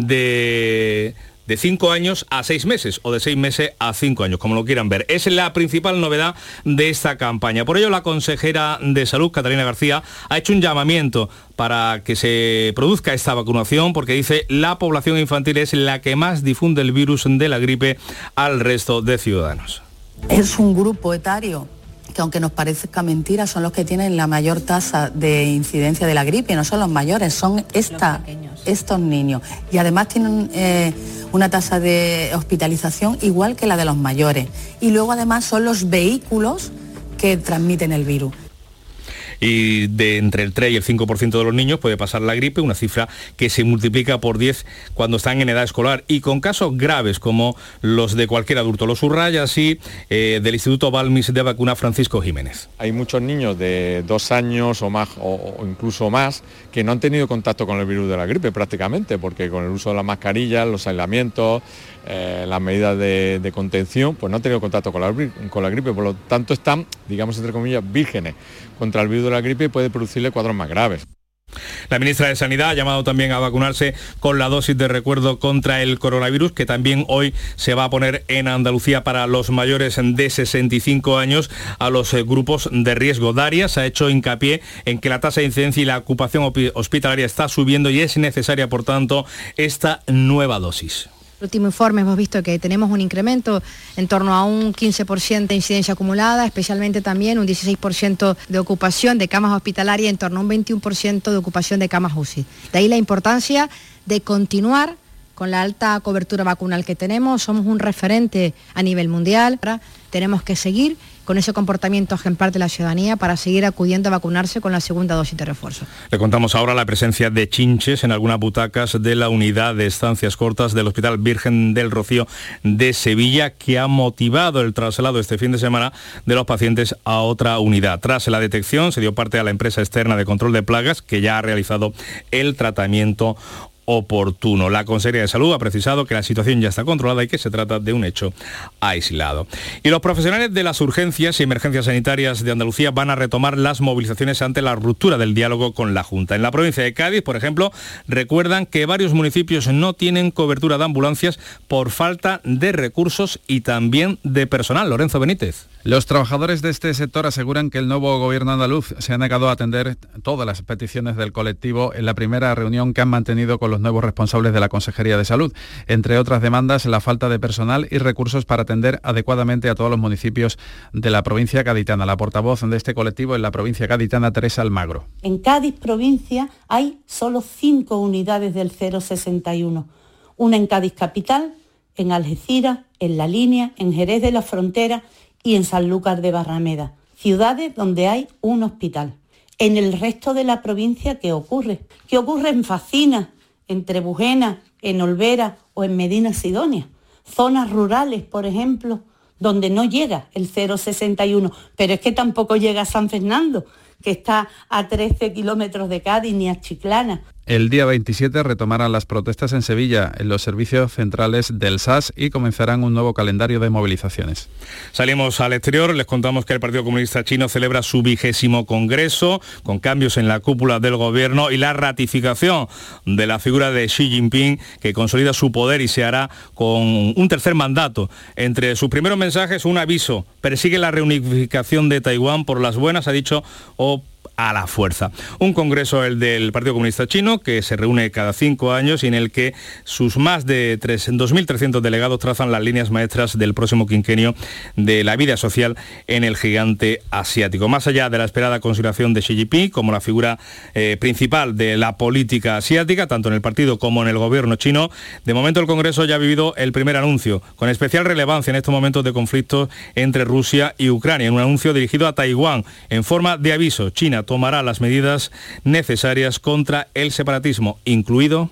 de 5 años a 6 meses o de 6 meses a 5 años, como lo quieran ver. Es la principal novedad de esta campaña. Por ello, la consejera de Salud, Catalina García, ha hecho un llamamiento para que se produzca esta vacunación, porque dice la población infantil es la que más difunde el virus de la gripe al resto de ciudadanos.
Es un grupo etario que, aunque nos parezca mentira, son los que tienen la mayor tasa de incidencia de la gripe, no son los mayores, son estos niños. Y además tienen una tasa de hospitalización igual que la de los mayores. Y luego además son los vehículos que transmiten el virus.
Y de entre el 3 y el 5% de los niños puede pasar la gripe, una cifra que se multiplica por 10 cuando están en edad escolar, y con casos graves como los de cualquier adulto. Lo subraya así del Instituto Balmis de Vacuna Francisco Jiménez.
Hay muchos niños de 2 años o más o incluso más que no han tenido contacto con el virus de la gripe prácticamente, porque con el uso de las mascarillas, los aislamientos, las medidas de contención, pues no han tenido contacto con la gripe, por lo tanto están, digamos entre comillas, vírgenes contra el virus de la gripe y puede producirle cuadros más graves.
La ministra de Sanidad ha llamado también a vacunarse con la dosis de recuerdo contra el coronavirus, que también hoy se va a poner en Andalucía para los mayores de 65 años, a los grupos de riesgo. Darias ha hecho hincapié en que la tasa de incidencia y la ocupación hospitalaria está subiendo y es necesaria, por tanto, esta nueva dosis.
En el último informe hemos visto que tenemos un incremento en torno a un 15% de incidencia acumulada, especialmente también un 16% de ocupación de camas hospitalarias y en torno a un 21% de ocupación de camas UCI. De ahí la importancia de continuar con la alta cobertura vacunal que tenemos. Somos un referente a nivel mundial. Ahora tenemos que seguir con ese comportamiento ejemplar de la ciudadanía para seguir acudiendo a vacunarse con la segunda dosis de refuerzo.
Le contamos ahora la presencia de chinches en algunas butacas de la unidad de estancias cortas del Hospital Virgen del Rocío de Sevilla, que ha motivado el traslado este fin de semana de los pacientes a otra unidad. Tras la detección, se dio parte a la empresa externa de control de plagas, que ya ha realizado el tratamiento oportuno. La Consejería de Salud ha precisado que la situación ya está controlada y que se trata de un hecho aislado. Y los profesionales de las urgencias y emergencias sanitarias de Andalucía van a retomar las movilizaciones ante la ruptura del diálogo con la Junta. En la provincia de Cádiz, por ejemplo, recuerdan que varios municipios no tienen cobertura de ambulancias por falta de recursos y también de personal. Lorenzo Benítez.
Los trabajadores de este sector aseguran que el nuevo gobierno andaluz se ha negado a atender todas las peticiones del colectivo en la primera reunión que han mantenido con los nuevos responsables de la Consejería de Salud. Entre otras demandas, la falta de personal y recursos para atender adecuadamente a todos los municipios de la provincia gaditana. La portavoz de este colectivo en la provincia gaditana, Teresa Almagro.
En Cádiz provincia hay solo 5 unidades del 061. Una en Cádiz capital, en Algeciras, en La Línea, en Jerez de la Frontera y en Sanlúcar de Barrameda, ciudades donde hay un hospital. En el resto de la provincia, ¿qué ocurre? ¿Qué ocurre en Facina, en Trebujena, en Olvera o en Medina Sidonia? Zonas rurales, por ejemplo, donde no llega el 061, pero es que tampoco llega a San Fernando, que está a 13 kilómetros de Cádiz, ni a Chiclana.
El día 27 retomarán las protestas en Sevilla, en los servicios centrales del SAS, y comenzarán un nuevo calendario de movilizaciones.
Salimos al exterior, les contamos que el Partido Comunista Chino celebra su 20º congreso, con cambios en la cúpula del gobierno y la ratificación de la figura de Xi Jinping, que consolida su poder y se hará con un tercer mandato. Entre sus primeros mensajes, un aviso: persigue la reunificación de Taiwán por las buenas, ha dicho, o a la fuerza. Un congreso, el del Partido Comunista Chino, que se reúne cada 5 años y en el que sus más de 2.300 delegados trazan las líneas maestras del próximo quinquenio de la vida social en el gigante asiático. Más allá de la esperada consideración de Xi Jinping como la figura principal de la política asiática, tanto en el partido como en el gobierno chino, de momento el Congreso ya ha vivido el primer anuncio, con especial relevancia en estos momentos de conflicto entre Rusia y Ucrania, en un anuncio dirigido a Taiwán. En forma de aviso, China tomará las medidas necesarias contra el separatismo, incluido...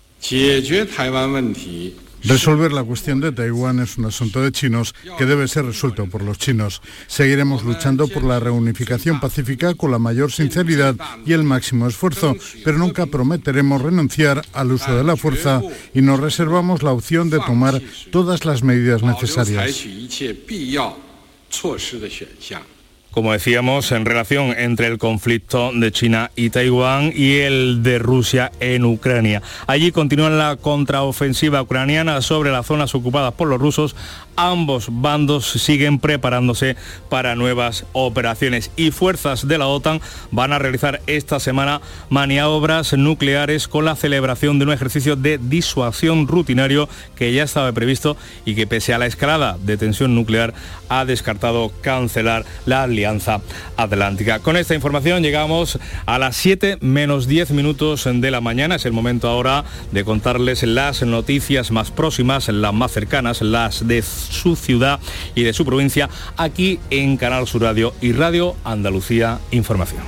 Resolver la cuestión de Taiwán es un asunto de chinos que debe ser resuelto por los chinos. Seguiremos luchando por la reunificación pacífica con la mayor sinceridad y el máximo esfuerzo, pero nunca prometeremos renunciar al uso de la fuerza y nos reservamos la opción de tomar todas las medidas necesarias.
Como decíamos, en relación entre el conflicto de China y Taiwán y el de Rusia en Ucrania. Allí continúa la contraofensiva ucraniana sobre las zonas ocupadas por los rusos. Ambos bandos siguen preparándose para nuevas operaciones y fuerzas de la OTAN van a realizar esta semana maniobras nucleares con la celebración de un ejercicio de disuasión rutinario que ya estaba previsto y que, pese a la escalada de tensión nuclear, ha descartado cancelar la Alianza Atlántica. Con esta información llegamos a las 7 menos 10 minutos de la mañana. Es el momento ahora de contarles las noticias más próximas, las más cercanas, las de su ciudad y de su provincia, aquí en Canal Sur Radio y Radio Andalucía Información.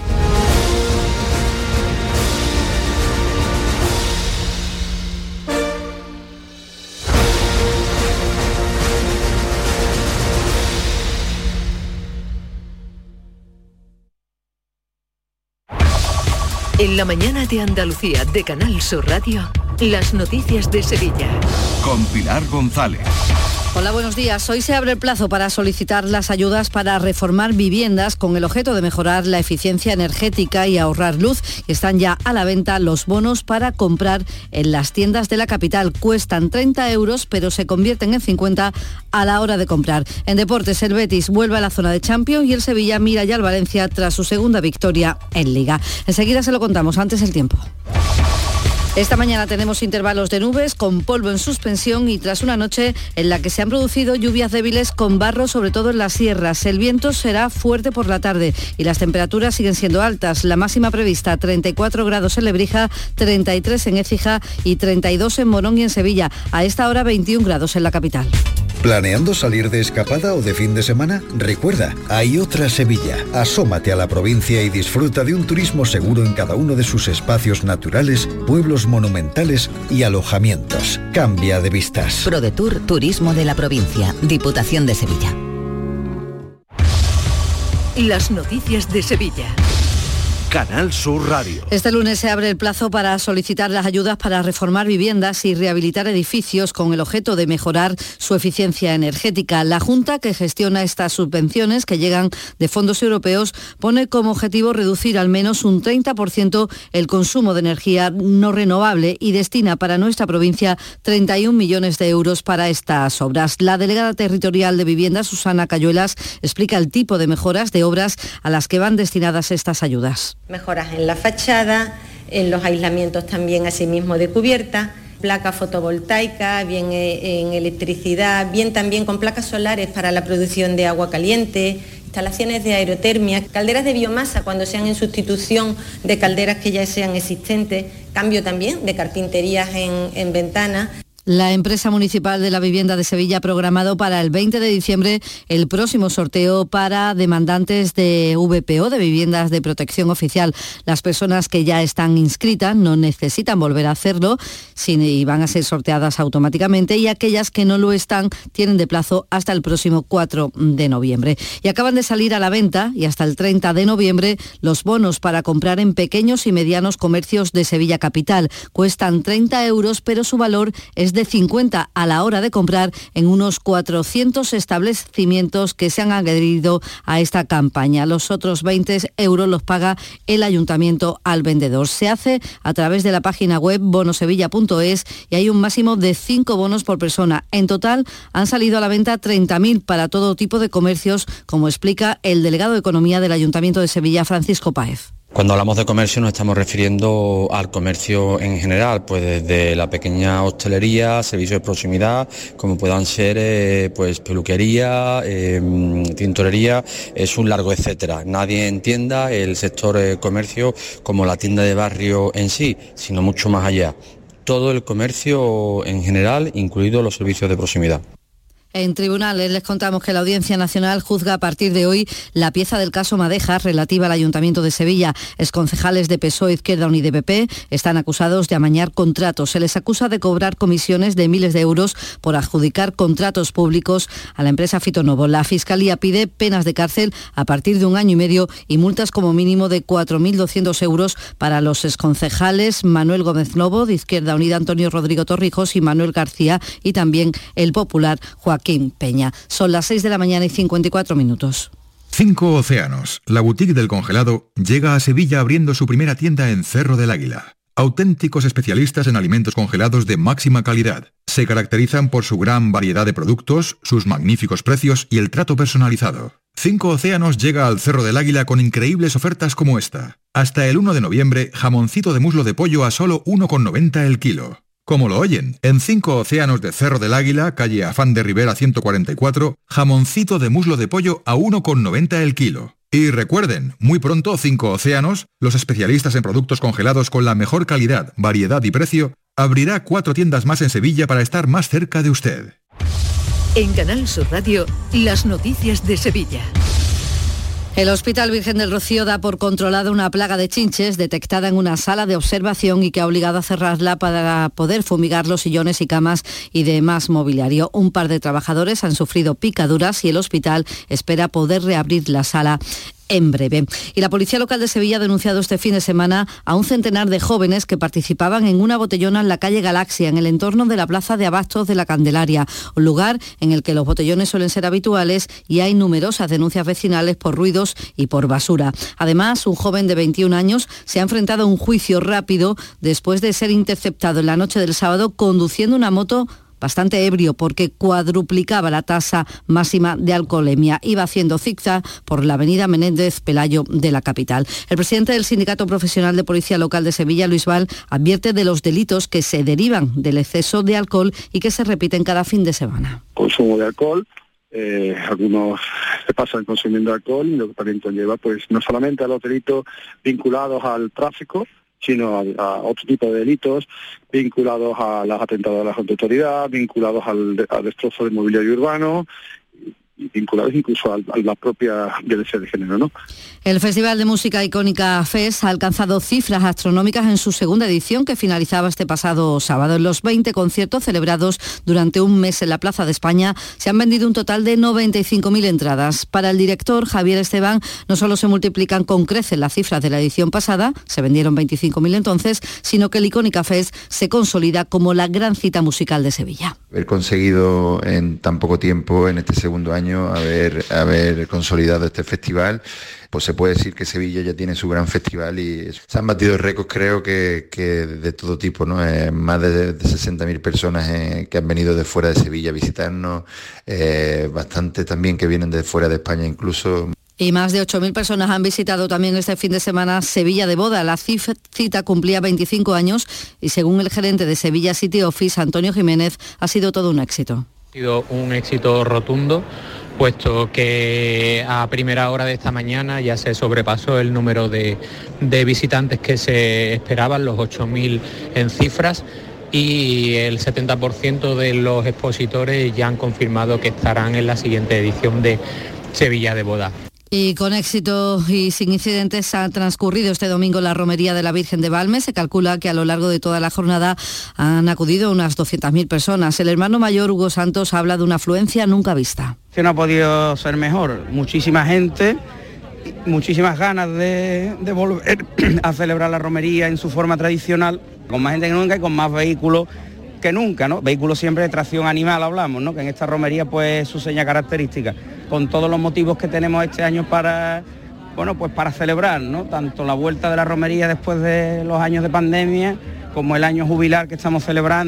En la mañana de Andalucía de Canal Sur Radio, las noticias de Sevilla.
Con Pilar González.
Hola, buenos días. Hoy se abre el plazo para solicitar las ayudas para reformar viviendas con el objeto de mejorar la eficiencia energética y ahorrar luz. Están ya a la venta los bonos para comprar en las tiendas de la capital. Cuestan 30 euros, pero se convierten en 50 a la hora de comprar. En deportes, el Betis vuelve a la zona de Champions y el Sevilla mira ya al Valencia tras su segunda victoria en Liga. Enseguida se lo contamos, antes el tiempo. Esta mañana tenemos intervalos de nubes con polvo en suspensión y tras una noche en la que se han producido lluvias débiles con barro, sobre todo en las sierras. El viento será fuerte por la tarde y las temperaturas siguen siendo altas. La máxima prevista 34 grados en Lebrija, 33 en Écija y 32 en Morón y en Sevilla. A esta hora 21 grados en la capital.
¿Planeando salir de escapada o de fin de semana? Recuerda, hay otra Sevilla. Asómate a la provincia y disfruta de un turismo seguro en cada uno de sus espacios naturales, pueblos monumentales y alojamientos. Cambia de vistas.
ProDetour Turismo de la Provincia, Diputación de Sevilla.
Las noticias de Sevilla.
Canal Sur Radio.
Este lunes se abre el plazo para solicitar las ayudas para reformar viviendas y rehabilitar edificios con el objeto de mejorar su eficiencia energética. La Junta, que gestiona estas subvenciones que llegan de fondos europeos, pone como objetivo reducir al menos un 30% el consumo de energía no renovable y destina para nuestra provincia 31 millones de euros para estas obras. La delegada territorial de Vivienda, Susana Cayuelas, explica el tipo de mejoras de obras a las que van destinadas estas ayudas.
Mejoras en la fachada, en los aislamientos también asimismo de cubierta, placas fotovoltaicas, bien en electricidad, bien también con placas solares para la producción de agua caliente, instalaciones de aerotermia, calderas de biomasa cuando sean en sustitución de calderas que ya sean existentes, cambio también de carpinterías en ventanas.
La empresa municipal de la vivienda de Sevilla ha programado para el 20 de diciembre el próximo sorteo para demandantes de VPO, de viviendas de protección oficial. Las personas que ya están inscritas no necesitan volver a hacerlo y van a ser sorteadas automáticamente, y aquellas que no lo están tienen de plazo hasta el próximo 4 de noviembre. Y acaban de salir a la venta, y hasta el 30 de noviembre, los bonos para comprar en pequeños y medianos comercios de Sevilla Capital. Cuestan 30 euros, pero su valor es de 50 a la hora de comprar en unos 400 establecimientos que se han adherido a esta campaña. Los otros 20 euros los paga el ayuntamiento al vendedor. Se hace a través de la página web bonosevilla.es y hay un máximo de 5 bonos por persona. En total han salido a la venta 30.000 para todo tipo de comercios, como explica el delegado de Economía del Ayuntamiento de Sevilla, Francisco Páez.
Cuando hablamos de comercio nos estamos refiriendo al comercio en general, pues desde la pequeña hostelería, servicios de proximidad, como puedan ser pues peluquería, tintorería, es un largo etcétera. Nadie entienda el sector comercio como la tienda de barrio en sí, sino mucho más allá. Todo el comercio en general, incluidos los servicios de proximidad.
En tribunales les contamos que la Audiencia Nacional juzga a partir de hoy la pieza del caso Madejas relativa al Ayuntamiento de Sevilla. Exconcejales de PSOE, Izquierda Unida y PP están acusados de amañar contratos. Se les acusa de cobrar comisiones de miles de euros por adjudicar contratos públicos a la empresa Fitonovo. La Fiscalía pide penas de cárcel a partir de 1 año y medio y multas como mínimo de 4.200 euros para los exconcejales Manuel Gómez Novo, de Izquierda Unida Antonio Rodrigo Torrijos y Manuel García, y también el popular Joaquín Peña. Son las 6 de la mañana y 54 minutos.
5 Océanos, la boutique del congelado, llega a Sevilla abriendo su primera tienda en Cerro del Águila. Auténticos especialistas en alimentos congelados de máxima calidad. Se caracterizan por su gran variedad de productos, sus magníficos precios y el trato personalizado. 5 Océanos llega al Cerro del Águila con increíbles ofertas como esta. Hasta el 1 de noviembre, jamoncito de muslo de pollo a solo 1,90 el kilo. Como lo oyen, en 5 Océanos de Cerro del Águila, calle Afán de Rivera 144, jamoncito de muslo de pollo a 1,90 el kilo. Y recuerden, muy pronto 5 Océanos, los especialistas en productos congelados con la mejor calidad, variedad y precio, abrirá 4 tiendas más en Sevilla para estar más cerca de usted.
En Canal Sur Radio, las noticias de Sevilla.
El Hospital Virgen del Rocío da por controlada una plaga de chinches detectada en una sala de observación y que ha obligado a cerrarla para poder fumigar los sillones y camas y demás mobiliario. Un par de trabajadores han sufrido picaduras y el hospital espera poder reabrir la sala en breve. Y la Policía Local de Sevilla ha denunciado este fin de semana a un centenar de jóvenes que participaban en una botellona en la calle Galaxia, en el entorno de la Plaza de Abastos de la Candelaria, un lugar en el que los botellones suelen ser habituales y hay numerosas denuncias vecinales por ruidos y por basura. Además, un joven de 21 años se ha enfrentado a un juicio rápido después de ser interceptado en la noche del sábado conduciendo una moto bastante ebrio porque cuadruplicaba la tasa máxima de alcoholemia. Iba haciendo zigzag por la avenida Menéndez Pelayo de la capital. El presidente del Sindicato Profesional de Policía Local de Sevilla, Luis Val, advierte de los delitos que se derivan del exceso de alcohol y que se repiten cada fin de semana.
Consumo de alcohol. Algunos se pasan consumiendo alcohol y lo que también conlleva pues no solamente a los delitos vinculados al tráfico, sino a otro tipo de delitos vinculados a los atentados a la autoridad, vinculados al destrozo del mobiliario urbano y vinculados incluso a la propia violencia de género, ¿no?
El Festival de Música Icónica FES ha alcanzado cifras astronómicas en su segunda edición que finalizaba este pasado sábado. En los 20 conciertos celebrados durante un mes en la Plaza de España se han vendido un total de 95.000 entradas. Para el director Javier Esteban no solo se multiplican con creces las cifras de la edición pasada, se vendieron 25.000 entonces, sino que el Icónica FES se consolida como la gran cita musical de Sevilla.
Haber conseguido en tan poco tiempo, en este segundo año, haber consolidado este festival, pues se puede decir que Sevilla ya tiene su gran festival y se han batido récords, creo que de todo tipo, ¿no? Más de 60.000 personas que han venido de fuera de Sevilla a visitarnos, bastante también que vienen de fuera de España incluso.
Y más de 8.000 personas han visitado también este fin de semana Sevilla de Boda. La cita cumplía 25 años y según el gerente de Sevilla City Office, Antonio Jiménez, ha sido todo un éxito.
Ha sido un éxito rotundo, puesto que a primera hora de esta mañana ya se sobrepasó el número de visitantes que se esperaban, los 8.000 en cifras, y el 70% de los expositores ya han confirmado que estarán en la siguiente edición de Sevilla de Boda.
Y con éxito y sin incidentes ha transcurrido este domingo la romería de la Virgen de Valme. Se calcula que a lo largo de toda la jornada han acudido unas 200.000 personas. El hermano mayor Hugo Santos habla de una afluencia nunca vista.
Que no ha podido ser mejor. Muchísima gente, muchísimas ganas de volver a celebrar la romería en su forma tradicional, con más gente que nunca y con más vehículos que nunca, ¿no? Vehículos siempre de tracción animal hablamos, ¿no? Que en esta romería pues su seña característica, con todos los motivos que tenemos este año para celebrar, ¿no? Tanto la vuelta de la romería después de los años de pandemia, como el año jubilar que estamos celebrando.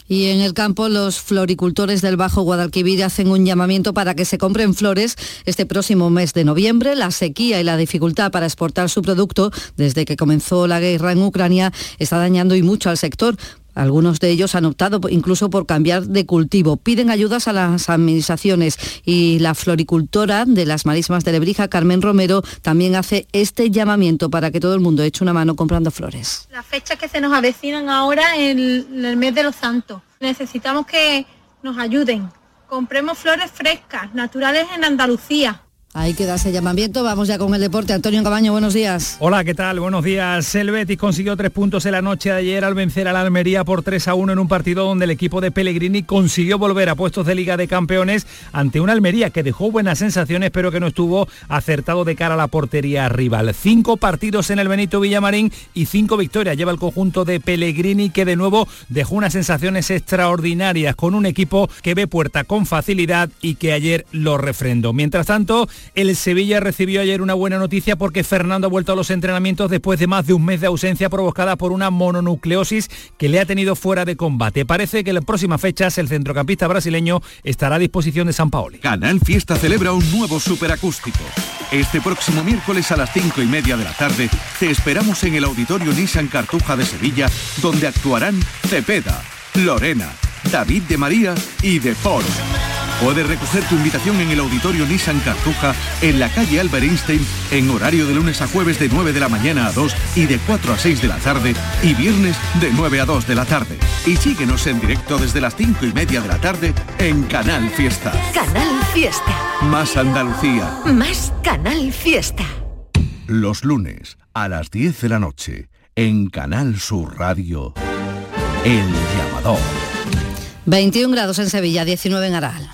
Y en el campo, los floricultores del Bajo Guadalquivir hacen un llamamiento para que se compren flores este próximo mes de noviembre. La sequía y la dificultad para exportar su producto desde que comenzó la guerra en Ucrania está dañando y mucho al sector. Algunos de ellos han optado incluso por cambiar de cultivo. Piden ayudas a las administraciones y la floricultora de las Marismas de Lebrija, Carmen Romero, también hace este llamamiento para que todo el mundo eche una mano comprando flores.
Las fechas que se nos avecinan ahora en el mes de los Santos. Necesitamos que nos ayuden. Compremos flores frescas, naturales en Andalucía.
Ahí queda ese llamamiento. Vamos ya con el deporte. Antonio Cabaño, buenos días.
Hola, ¿qué tal? Buenos días. El Betis consiguió 3 puntos en la noche de ayer al vencer a la Almería por 3-1 en un partido donde el equipo de Pellegrini consiguió volver a puestos de Liga de Campeones ante una Almería que dejó buenas sensaciones pero que no estuvo acertado de cara a la portería rival. 5 partidos en el Benito Villamarín y 5 victorias lleva el conjunto de Pellegrini, que de nuevo dejó unas sensaciones extraordinarias con un equipo que ve puerta con facilidad y que ayer lo refrendó. Mientras tanto, el Sevilla recibió ayer una buena noticia porque Fernando ha vuelto a los entrenamientos después de más de un mes de ausencia provocada por una mononucleosis que le ha tenido fuera de combate. Parece que en las próximas fechas el centrocampista brasileño estará a disposición de Sampaoli.
Canal Fiesta celebra un nuevo superacústico. Este próximo miércoles a las 5:30 de la tarde te esperamos en el Auditorio Nissan Cartuja de Sevilla, donde actuarán Cepeda, Lorena, David de María y De Force. Puedes recoger tu invitación en el Auditorio Nissan Cartuja, en la calle Albert Einstein, en horario de lunes a jueves de 9 de la mañana a 2 y de 4 a 6 de la tarde, y viernes de 9 a 2 de la tarde. Y síguenos en directo desde las 5:30 de la tarde en Canal Fiesta.
Canal Fiesta.
Más Andalucía.
Más Canal Fiesta.
Los lunes a las 10 de la noche, en Canal Sur Radio, El Llamador.
21 grados en Sevilla, 19 en Aral.